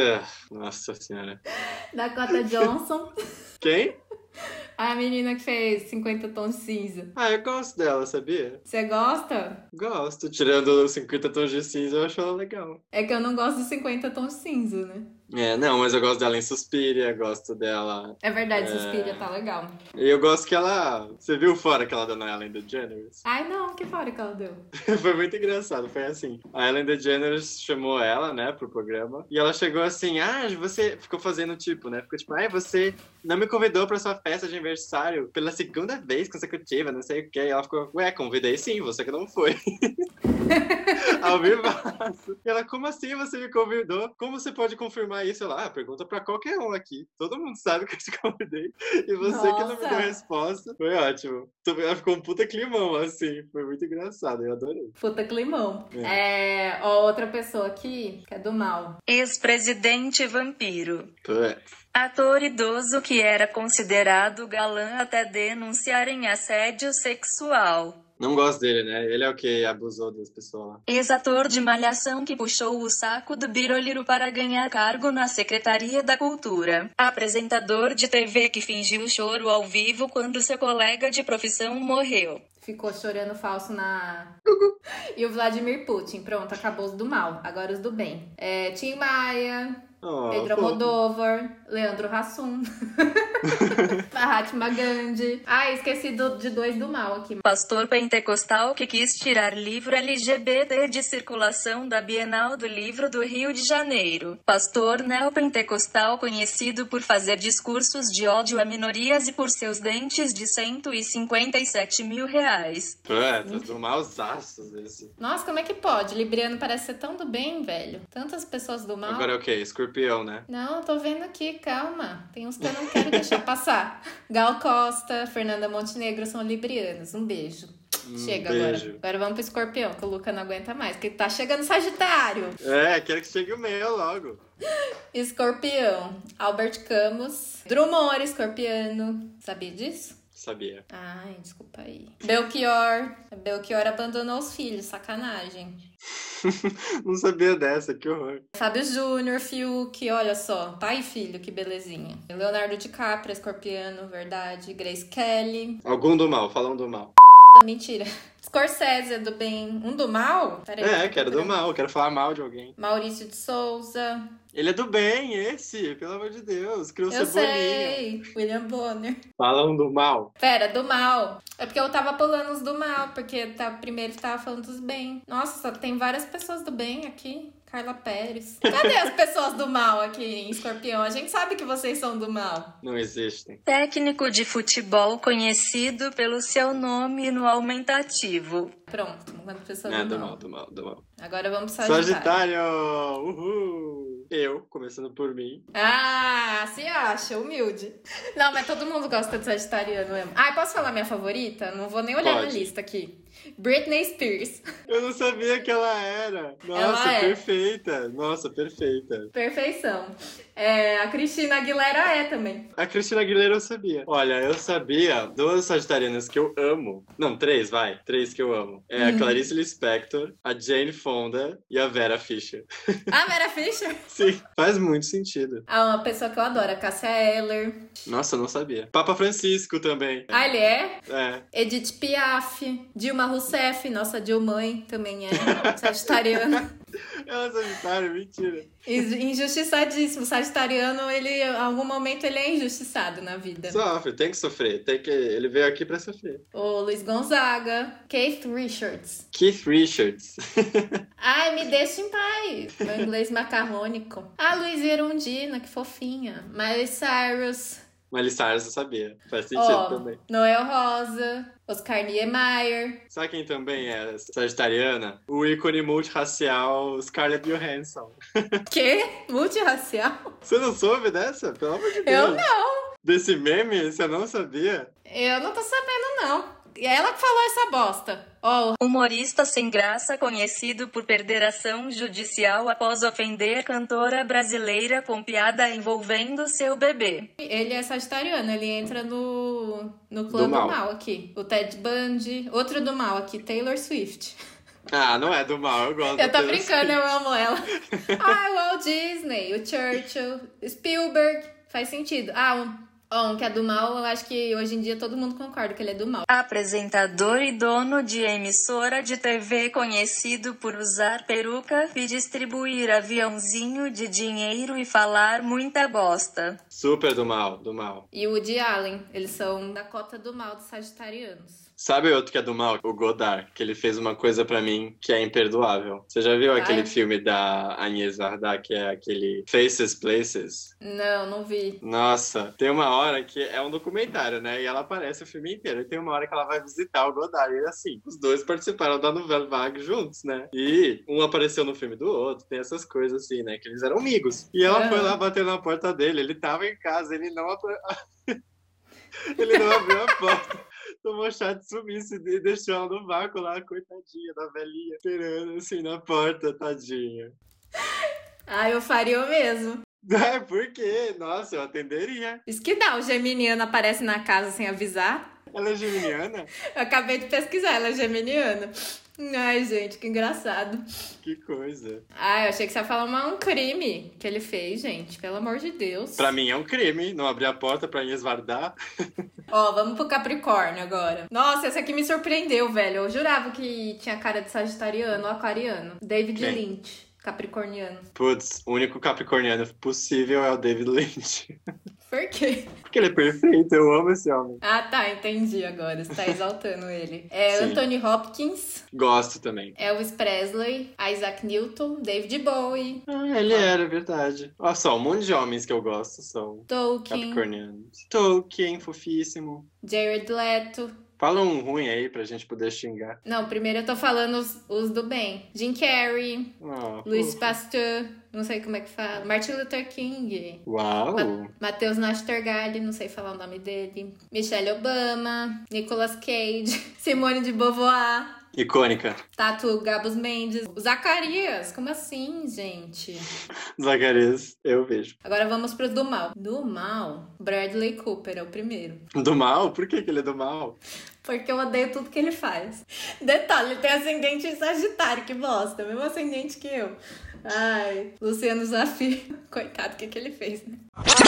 Nossa senhora. Dakota Johnson. Quem? A menina que fez 50 Tons de Cinza. Eu gosto dela, sabia? Você gosta? Gosto. Tirando os 50 Tons de Cinza, eu acho ela legal. É que eu não gosto dos 50 Tons de Cinza, né? Não, mas eu gosto dela em Suspiria, gosto dela... É verdade, Suspiria tá legal. E eu gosto que ela... Você viu fora que ela deu na Ellen DeGeneres? Ai, não, que fora que ela deu? Foi muito engraçado, foi assim. A Ellen DeGeneres chamou ela, né, pro programa. E ela chegou assim, você... Ficou fazendo tipo, né? Ficou tipo, você não me convidou pra sua festa de aniversário pela segunda vez consecutiva, não sei o quê. E ela ficou, convidei sim, você que não foi. Ao vivaço. E ela, como assim você me convidou? Como você pode confirmar isso? Ela, pergunta pra qualquer um aqui. Todo mundo sabe que eu te convidei. E você que não me deu resposta. Foi ótimo. Ela ficou um puta climão, assim. Foi muito engraçado, eu adorei. Puta climão. Outra pessoa aqui, que é do mal. Ex-presidente vampiro. Putz. Ator idoso que era considerado galã até denunciarem assédio sexual. Não gosto dele, né? Ele é o que abusou das pessoas lá. Ex-ator de Malhação que puxou o saco do Biroliro para ganhar cargo na Secretaria da Cultura. Apresentador de TV que fingiu choro ao vivo quando seu colega de profissão morreu. Ficou chorando falso na... E o Vladimir Putin. Pronto, acabou os do mal. Agora os do bem. Tim Maia... Pedro Almodóvar, Leandro Hassum, Mahatma Gandhi. Esqueci de 2 do mal aqui. Pastor pentecostal que quis tirar livro LGBT de circulação da Bienal do Livro do Rio de Janeiro. Pastor neopentecostal conhecido por fazer discursos de ódio a minorias e por seus dentes de R$157 mil. Do malzaços esse. Nossa, como é que pode? Libriano parece ser tão do bem, velho. Tantas pessoas do mal. Agora é o quê? Escorpião, né? Não, tô vendo aqui, calma. Tem uns que eu não quero deixar passar. Gal Costa, Fernanda Montenegro são librianos. Um beijo. Chega beijo. agora. Agora vamos pro Escorpião, que o Luca não aguenta mais, porque tá chegando Sagitário. Quero que chegue o meu logo. Escorpião, Albert Camus. Drummond, escorpiano. Sabia disso? Sabia. Ai, desculpa aí. Belchior. Belchior abandonou os filhos, sacanagem. Não sabia dessa, que horror. Fábio Júnior, Fiuk, olha só. Pai e filho, que belezinha. Leonardo DiCaprio, escorpiano, verdade. Grace Kelly. Algum do mal, fala um do mal. Mentira. Scorsese é do bem. Um do mal? Peraí. Quero do mal, quero falar mal de alguém. Maurício de Souza. Ele é do bem, esse, pelo amor de Deus. Criou Eu cebolinha. sei. William Bonner. Fala um do mal. Pera, do mal. É porque eu tava pulando os do mal, porque primeiro tava falando dos bem. Nossa, só tem várias pessoas do bem aqui. Carla Pérez. Cadê as pessoas do mal aqui em Escorpião? A gente sabe que vocês são do mal. Não existem. Técnico de futebol conhecido pelo seu nome no aumentativo. Pronto, uma pessoa É, do do mal. mal. Agora vamos pro Sagitário. Sagitário! Uhul! Eu, começando por mim. Ah, se acha, humilde. Não, mas todo mundo gosta de Sagitariano mesmo. Ah, posso falar minha favorita? Não vou nem olhar na Pode. lista aqui. Britney Spears. Eu não sabia que ela era. Nossa, Ela é. perfeita. Nossa, perfeita. Perfeição. A Cristina Aguilera é também. A Cristina Aguilera eu sabia. Olha, eu sabia duas sagitarianas que eu amo. Não, três, vai. Três que eu amo. É a Clarice Lispector, a Jane Fonda e a Vera Fischer. Ah, Vera Fischer? Sim, faz muito sentido. Ah, uma pessoa que eu adoro, a Cássia Eller. Nossa, eu não sabia. Papa Francisco também. Ah, ele é? É. Edith Piaf. Dilma Rousseff, nossa Dilmãe, também é sagitariana. Ela é sagitário, mentira. Injustiçadíssimo. Sagitariano, ele, em algum momento, ele é injustiçado na vida. Sofre, tem que sofrer. Ele veio aqui pra sofrer. O Luiz Gonzaga. Keith Richards. Keith Richards. Ai, me deixa em paz. Meu inglês macarrônico. Ah, Luiz Erundina, que fofinha. Miley Cyrus. Miley Cyrus eu sabia. Faz sentido também. Noel Rosa. Oscar Niemeyer. Sabe quem também é sagitariana? O ícone multirracial Scarlett Johansson. Quê? Multirracial? Você não soube dessa? Pelo amor de Deus. Eu não. Desse meme, você não sabia? Eu não tô sabendo, não. E é ela que falou essa bosta. Humorista sem graça conhecido por perder ação judicial após ofender cantora brasileira com piada envolvendo seu bebê. Ele é sagitariano, ele entra no clã do mal aqui. O Ted Bundy. Outro do mal aqui, Taylor Swift. Ah, não é do mal, eu gosto. Eu tô brincando, eu amo ela. O Walt Disney, o Churchill, Spielberg. Faz sentido. Um que é do mal, eu acho que hoje em dia todo mundo concorda que ele é do mal. Apresentador e dono de emissora de TV conhecido por usar peruca e distribuir aviãozinho de dinheiro e falar muita bosta. Super do mal, do mal. E o Woody Allen, eles são da cota do mal dos sagitarianos. Sabe outro que é do mal? O Godard, que ele fez uma coisa pra mim que é imperdoável. Você já viu aquele filme da Agnès Varda, que é aquele Faces, Places? Não vi. Nossa, tem uma hora que é um documentário, né? E ela aparece o filme inteiro. E tem uma hora que ela vai visitar o Godard. E assim, os dois participaram da novela Vague juntos, né? E um apareceu no filme do outro. Tem essas coisas assim, né? Que eles eram amigos. E ela foi lá bater na porta dele. Ele tava em casa, ele não abriu a porta. Tomou chá de sumiço e deixou ela no vácuo lá, coitadinha da velhinha, esperando assim na porta, tadinha. Eu faria o mesmo. Por quê? Nossa, eu atenderia. Isso que dá, o geminiano aparece na casa sem avisar. Ela é geminiana? Eu acabei de pesquisar, ela é geminiana. Ai, gente, que engraçado. Que coisa. Eu achei que você ia falar um crime que ele fez, gente. Pelo amor de Deus. Pra mim é um crime, não abrir a porta pra Inês Vardar. Vamos pro Capricórnio agora. Nossa, esse aqui me surpreendeu, velho. Eu jurava que tinha cara de sagitariano ou aquariano. David Lynch, capricorniano. Putz, o único capricorniano possível é o David Lynch. Por quê? Porque ele é perfeito, eu amo esse homem. Tá, entendi agora. Você tá exaltando ele. Sim. Anthony Hopkins. Gosto também. Elvis Presley, Isaac Newton, David Bowie. Ele era, verdade. Olha só, um monte de homens que eu gosto são Tolkien. capricornianos. Tolkien, fofíssimo. Jared Leto. Fala um ruim aí pra gente poder xingar. Não, primeiro eu tô falando os do bem. Jim Carrey, Louis Pasteur, não sei como é que fala. Martin Luther King. Uau! Matheus Nastergalli, não sei falar o nome dele. Michelle Obama. Nicolas Cage. Simone de Beauvoir. Icônica. Tatu Gabos Mendes. Zacarias, como assim, gente? Zacarias, eu vejo. Agora vamos pro do mal. Do mal, Bradley Cooper é o primeiro. Do mal? Por que ele é do mal? Porque eu odeio tudo que ele faz. Detalhe, ele tem ascendente em Sagitário, que bosta. Mesmo ascendente que eu. Ai, Luciano Zafir. Coitado, o que ele fez, né?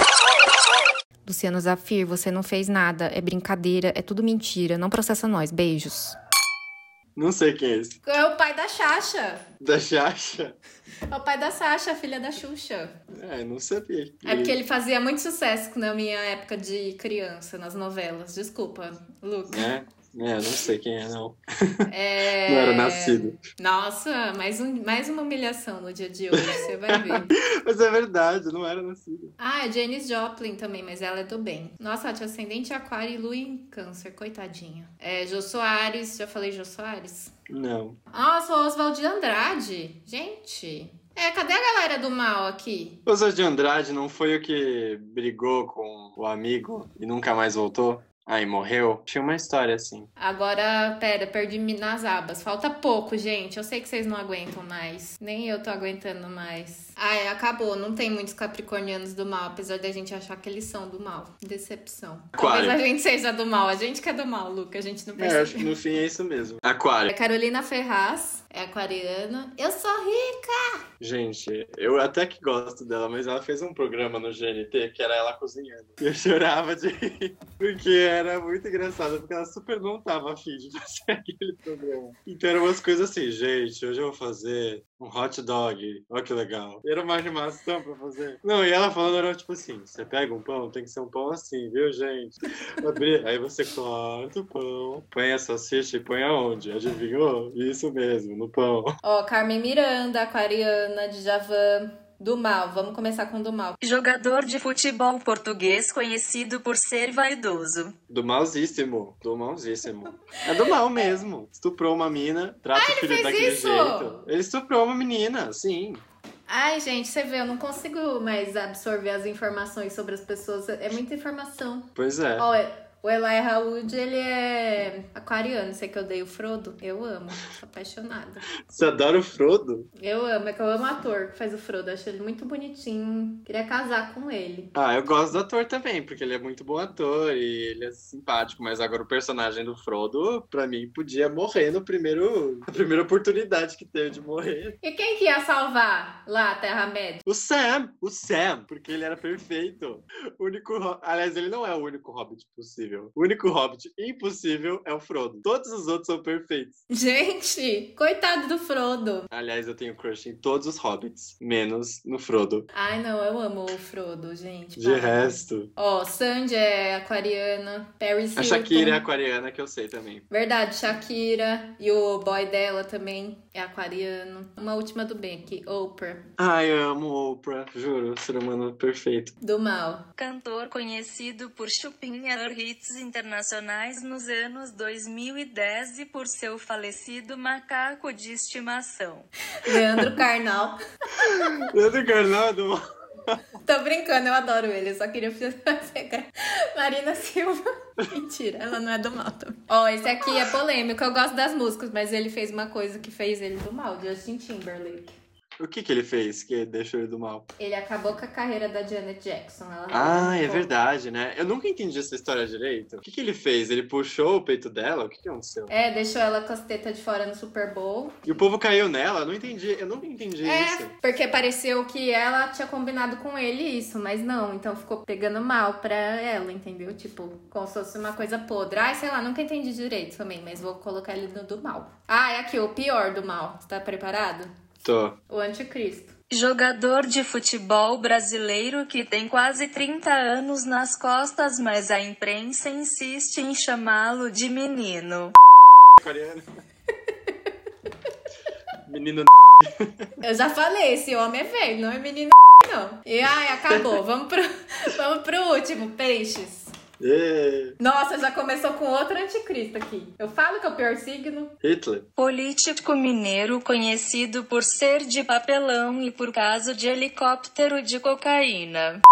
Luciano Zafir, você não fez nada. É brincadeira, é tudo mentira. Não processa nós. Beijos. Não sei quem é esse. É o pai da Xaxa. Da Xaxa? É o pai da Sasha, filha da Xuxa. Não sabia. É porque ele fazia muito sucesso na minha época de criança, nas novelas. Desculpa, Luca. Não sei quem é, não. Não era nascido. Nossa, mais uma humilhação no dia de hoje, você vai ver. Mas é verdade, não era nascido. É Janis Joplin também, mas ela é do bem. Nossa, ela tinha ascendente aquário e lua em câncer, coitadinha. Jô Soares, já falei Jô Soares? Não. Nossa, o Oswald de Andrade. Gente... cadê a galera do mal aqui? O Oswald de Andrade não foi o que brigou com o amigo e nunca mais voltou? Aí morreu? Tinha uma história assim. Agora, perdi nas abas. Falta pouco, gente. Eu sei que vocês não aguentam mais. Nem eu tô aguentando mais. Acabou. Não tem muitos capricornianos do mal, apesar da gente achar que eles são do mal. Decepção. Aquário. Talvez a gente seja do mal. A gente que é do mal, Luca. A gente não percebe. Acho que no fim é isso mesmo. Aquário. Carolina Ferraz é aquariana. Eu sou rica! Gente, eu até que gosto dela, mas ela fez um programa no GNT que era ela cozinhando. E eu chorava de rir, porque era muito engraçado, porque ela super não tava afim de fazer aquele programa. Então eram umas coisas assim, gente, hoje eu vou fazer um hot dog, olha que legal. E era uma animação pra fazer. Não, e ela falando era tipo assim, você pega um pão, tem que ser um pão assim, viu, gente? Aí você corta o pão, põe a salsicha e põe aonde? Adivinhou? Isso mesmo, no pão. Carmen Miranda, aquariana, Djavan. Do mal, vamos começar com do mal. Jogador de futebol português conhecido por ser vaidoso. Do malzíssimo. É do mal mesmo. Estuprou uma mina, trata o filho daquele jeito. Ele estuprou uma menina, sim. Ai, gente, você vê, eu não consigo mais absorver as informações sobre as pessoas. É muita informação. Pois é. O Elijah Wood, ele é aquariano. Sei que eu odeio o Frodo. Eu amo. Sou apaixonada. Você adora o Frodo? Eu amo. É que eu amo o ator que faz o Frodo. Acho ele muito bonitinho. Queria casar com ele. Eu gosto do ator também, porque ele é muito bom ator e ele é simpático. Mas agora o personagem do Frodo, pra mim, podia morrer na primeira oportunidade que teve de morrer. E quem que ia salvar lá a Terra-média? O Sam, porque ele era perfeito. Aliás, ele não é o único hobbit possível. O único hobbit impossível é o Frodo. Todos os outros são perfeitos. Gente, coitado do Frodo. Aliás, eu tenho crush em todos os hobbits, menos no Frodo. Ai, não, eu amo o Frodo, gente. De resto. Sandy é aquariana. Paris Hilton. A Shakira é aquariana, que eu sei também. Verdade, Shakira. E o boy dela também é aquariano. Uma última do bem aqui, Oprah. Eu amo Oprah, juro. Ser humano perfeito. Do mal. Cantor conhecido por chupinhar hits internacionais nos anos 2010 e por seu falecido macaco de estimação. Leandro Carnal. Leandro Carnal é do mal. Tô brincando, eu adoro ele. Eu só queria fazer Marina Silva. Mentira, ela não é do mal também. Esse aqui é polêmico. Eu gosto das músicas, mas ele fez uma coisa que fez ele do mal. Justin Timberlake. O que ele fez que deixou ele do mal? Ele acabou com a carreira da Janet Jackson. É verdade, né? Eu nunca entendi essa história direito. O que ele fez? Ele puxou o peito dela? O que aconteceu? Deixou ela com as tetas de fora no Super Bowl. E o povo caiu nela? Eu nunca entendi isso. Porque pareceu que ela tinha combinado com ele isso, mas não. Então ficou pegando mal pra ela, entendeu? Tipo, como se fosse uma coisa podre. Sei lá, nunca entendi direito também, mas vou colocar ele no do mal. É aqui, o pior do mal. Você tá preparado? Tô. O anticristo. Jogador de futebol brasileiro que tem quase 30 anos nas costas, mas a imprensa insiste em chamá-lo de menino. Coreano. Menino. Eu já falei, esse homem é velho, não é menino não. E acabou. Vamos pro último, peixes. Nossa, já começou com outro anticristo aqui. Eu falo que é o pior signo. Hitler. Político mineiro conhecido por ser de papelão e por caso de helicóptero de cocaína.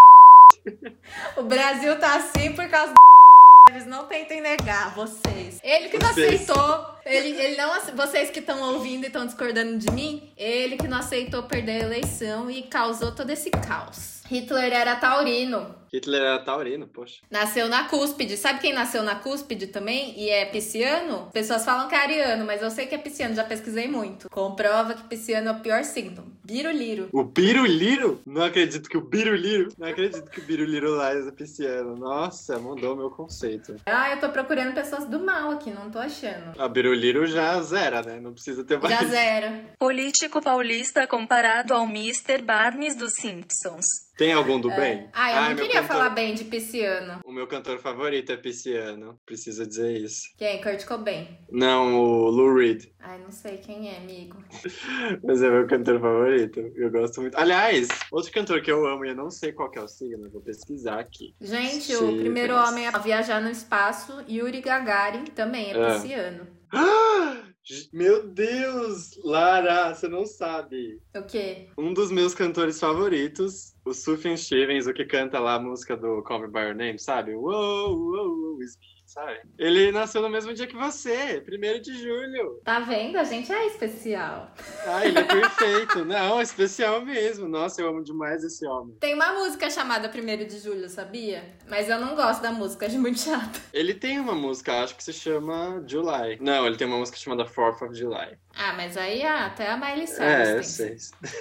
O Brasil tá assim por causa eles não tentem negar, vocês. Ele que não aceitou, ele não, vocês que estão ouvindo e estão discordando de mim, ele que não aceitou perder a eleição e causou todo esse caos. Hitler era taurino. Hitler era taurino, poxa. Nasceu na cúspide. Sabe quem nasceu na cúspide também? E é pisciano? As pessoas falam que é ariano, mas eu sei que é pisciano, já pesquisei muito. Comprova que pisciano é o pior signo. Biruliro. O Biruliro? Não acredito que o Biruliro lá é pisciano. Nossa, mudou meu conceito. Ah, eu tô procurando pessoas do mal aqui, não tô achando. A Biruliro já zera, né? Não precisa ter mais. Já zera. Político paulista comparado ao Mr. Barnes dos Simpsons. Tem algum do bem? Eu não queria falar bem de pisciano. O meu cantor favorito é pisciano. Preciso dizer isso. Quem? Kurt Cobain? Não, o Lou Reed. Ai, não sei quem é, amigo. Mas é meu cantor favorito. Eu gosto muito. Aliás, outro cantor que eu amo e eu não sei qual que é o signo, eu vou pesquisar aqui. Gente, o primeiro homem a viajar no espaço, Yuri Gagarin, também é pisciano. Meu Deus! Lara, você não sabe. O quê? Um dos meus cantores favoritos, o Sufjan Stevens, o que canta lá a música do Call Me By Your Name, sabe? Uou, uou, is me, sabe? Ele nasceu no mesmo dia que você, 1º de julho. Tá vendo? A gente é especial. Ah, ele é perfeito. Não, é especial mesmo. Nossa, eu amo demais esse homem. Tem uma música chamada 1º de julho, sabia? Mas eu não gosto da música, acho muito chata. Ele tem uma música, acho que se chama July. Não, ele tem uma música chamada 4th of July. Ah, mas aí até a Miley Cyrus eu sei.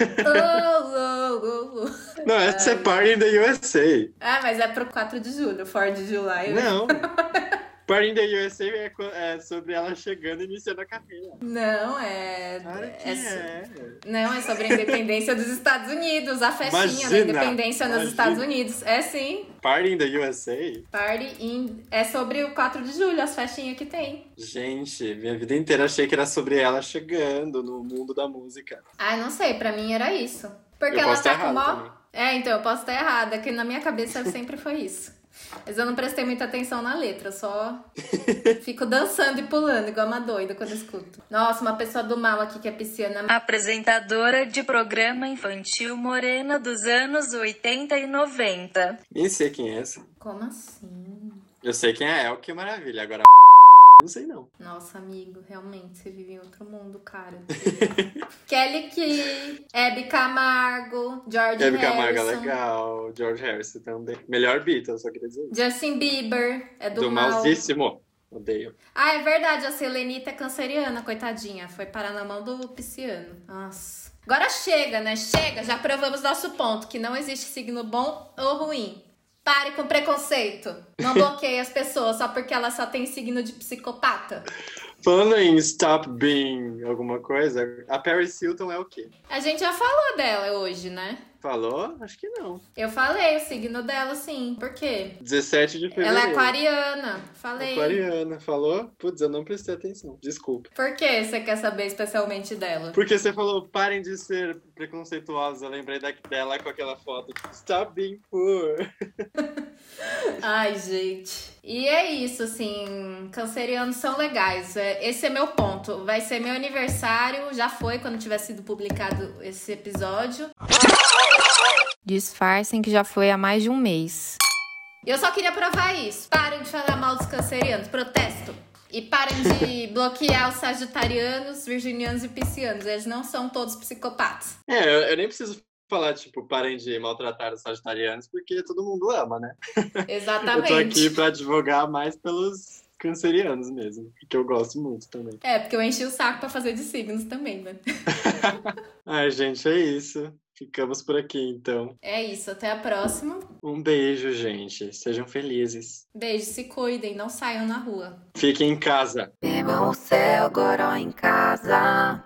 Oh. Não, essa é Party in the USA. Ah, mas é pro 4 de julho, 4 de July. Não. Party in the USA é sobre ela chegando e iniciando a carreira. Não, é... Claro que Não, é sobre a independência dos Estados Unidos, a festinha da independência nos Estados Unidos. É sim. Party in the USA? É sobre o 4 de julho, as festinhas que tem. Gente, minha vida inteira achei que era sobre ela chegando no mundo da música. Ah, não sei, pra mim era isso. Porque ela tá com mó... Então, eu posso estar errada, que na minha cabeça sempre foi isso. Mas eu não prestei muita atenção na letra, eu só fico dançando e pulando, igual uma doida quando escuto. Nossa, uma pessoa do mal aqui que é pisciana. Apresentadora de programa infantil morena dos anos 80 e 90. Nem sei quem é essa. Como assim? Eu sei quem é El, que maravilha. Agora não sei não. Nossa, amigo, realmente, você vive em outro mundo, cara. Kelly Key, Hebe Camargo, George Harrison. Hebe Camargo é legal, George Harrison também. Melhor Beatles, só queria dizer. Justin Bieber, é do mal. Malzíssimo. Odeio. Ah, é verdade, a Selenita é canceriana, coitadinha. Foi parar na mão do pisciano. Nossa. Agora chega, né? Chega, já provamos nosso ponto, que não existe signo bom ou ruim. Pare com preconceito. Não bloqueie as pessoas só porque elas só têm signo de psicopata. Falando em Stop Being alguma coisa, a Paris Hilton é o quê? A gente já falou dela hoje, né? Falou? Acho que não. Eu falei o signo dela, sim. Por quê? 17 de fevereiro. Ela é aquariana. Falei. Aquariana. Falou? Putz, eu não prestei atenção. Desculpa. Por que você quer saber especialmente dela? Porque você falou, parem de ser preconceituosos. Eu lembrei dela com aquela foto. Stop being poor. Ai, gente. E é isso, assim, cancerianos são legais. Esse é meu ponto. Vai ser meu aniversário, já foi quando tiver sido publicado esse episódio. Disfarcem que já foi há mais de um mês. Eu só queria provar isso. Parem de falar mal dos cancerianos, protesto. E parem de bloquear os sagitarianos, virginianos e piscianos. Eles não são todos psicopatas. Eu nem preciso falar, tipo, parem de maltratar os sagitarianos, porque todo mundo ama, né? Exatamente. Eu tô aqui pra advogar mais pelos cancerianos mesmo, que eu gosto muito também. Porque eu enchi o saco pra fazer de signos também, né? Ai, gente, é isso. Ficamos por aqui, então. É isso, até a próxima. Um beijo, gente. Sejam felizes. Beijo, se cuidem, não saiam na rua. Fiquem em casa. Bebam o céu agora em casa.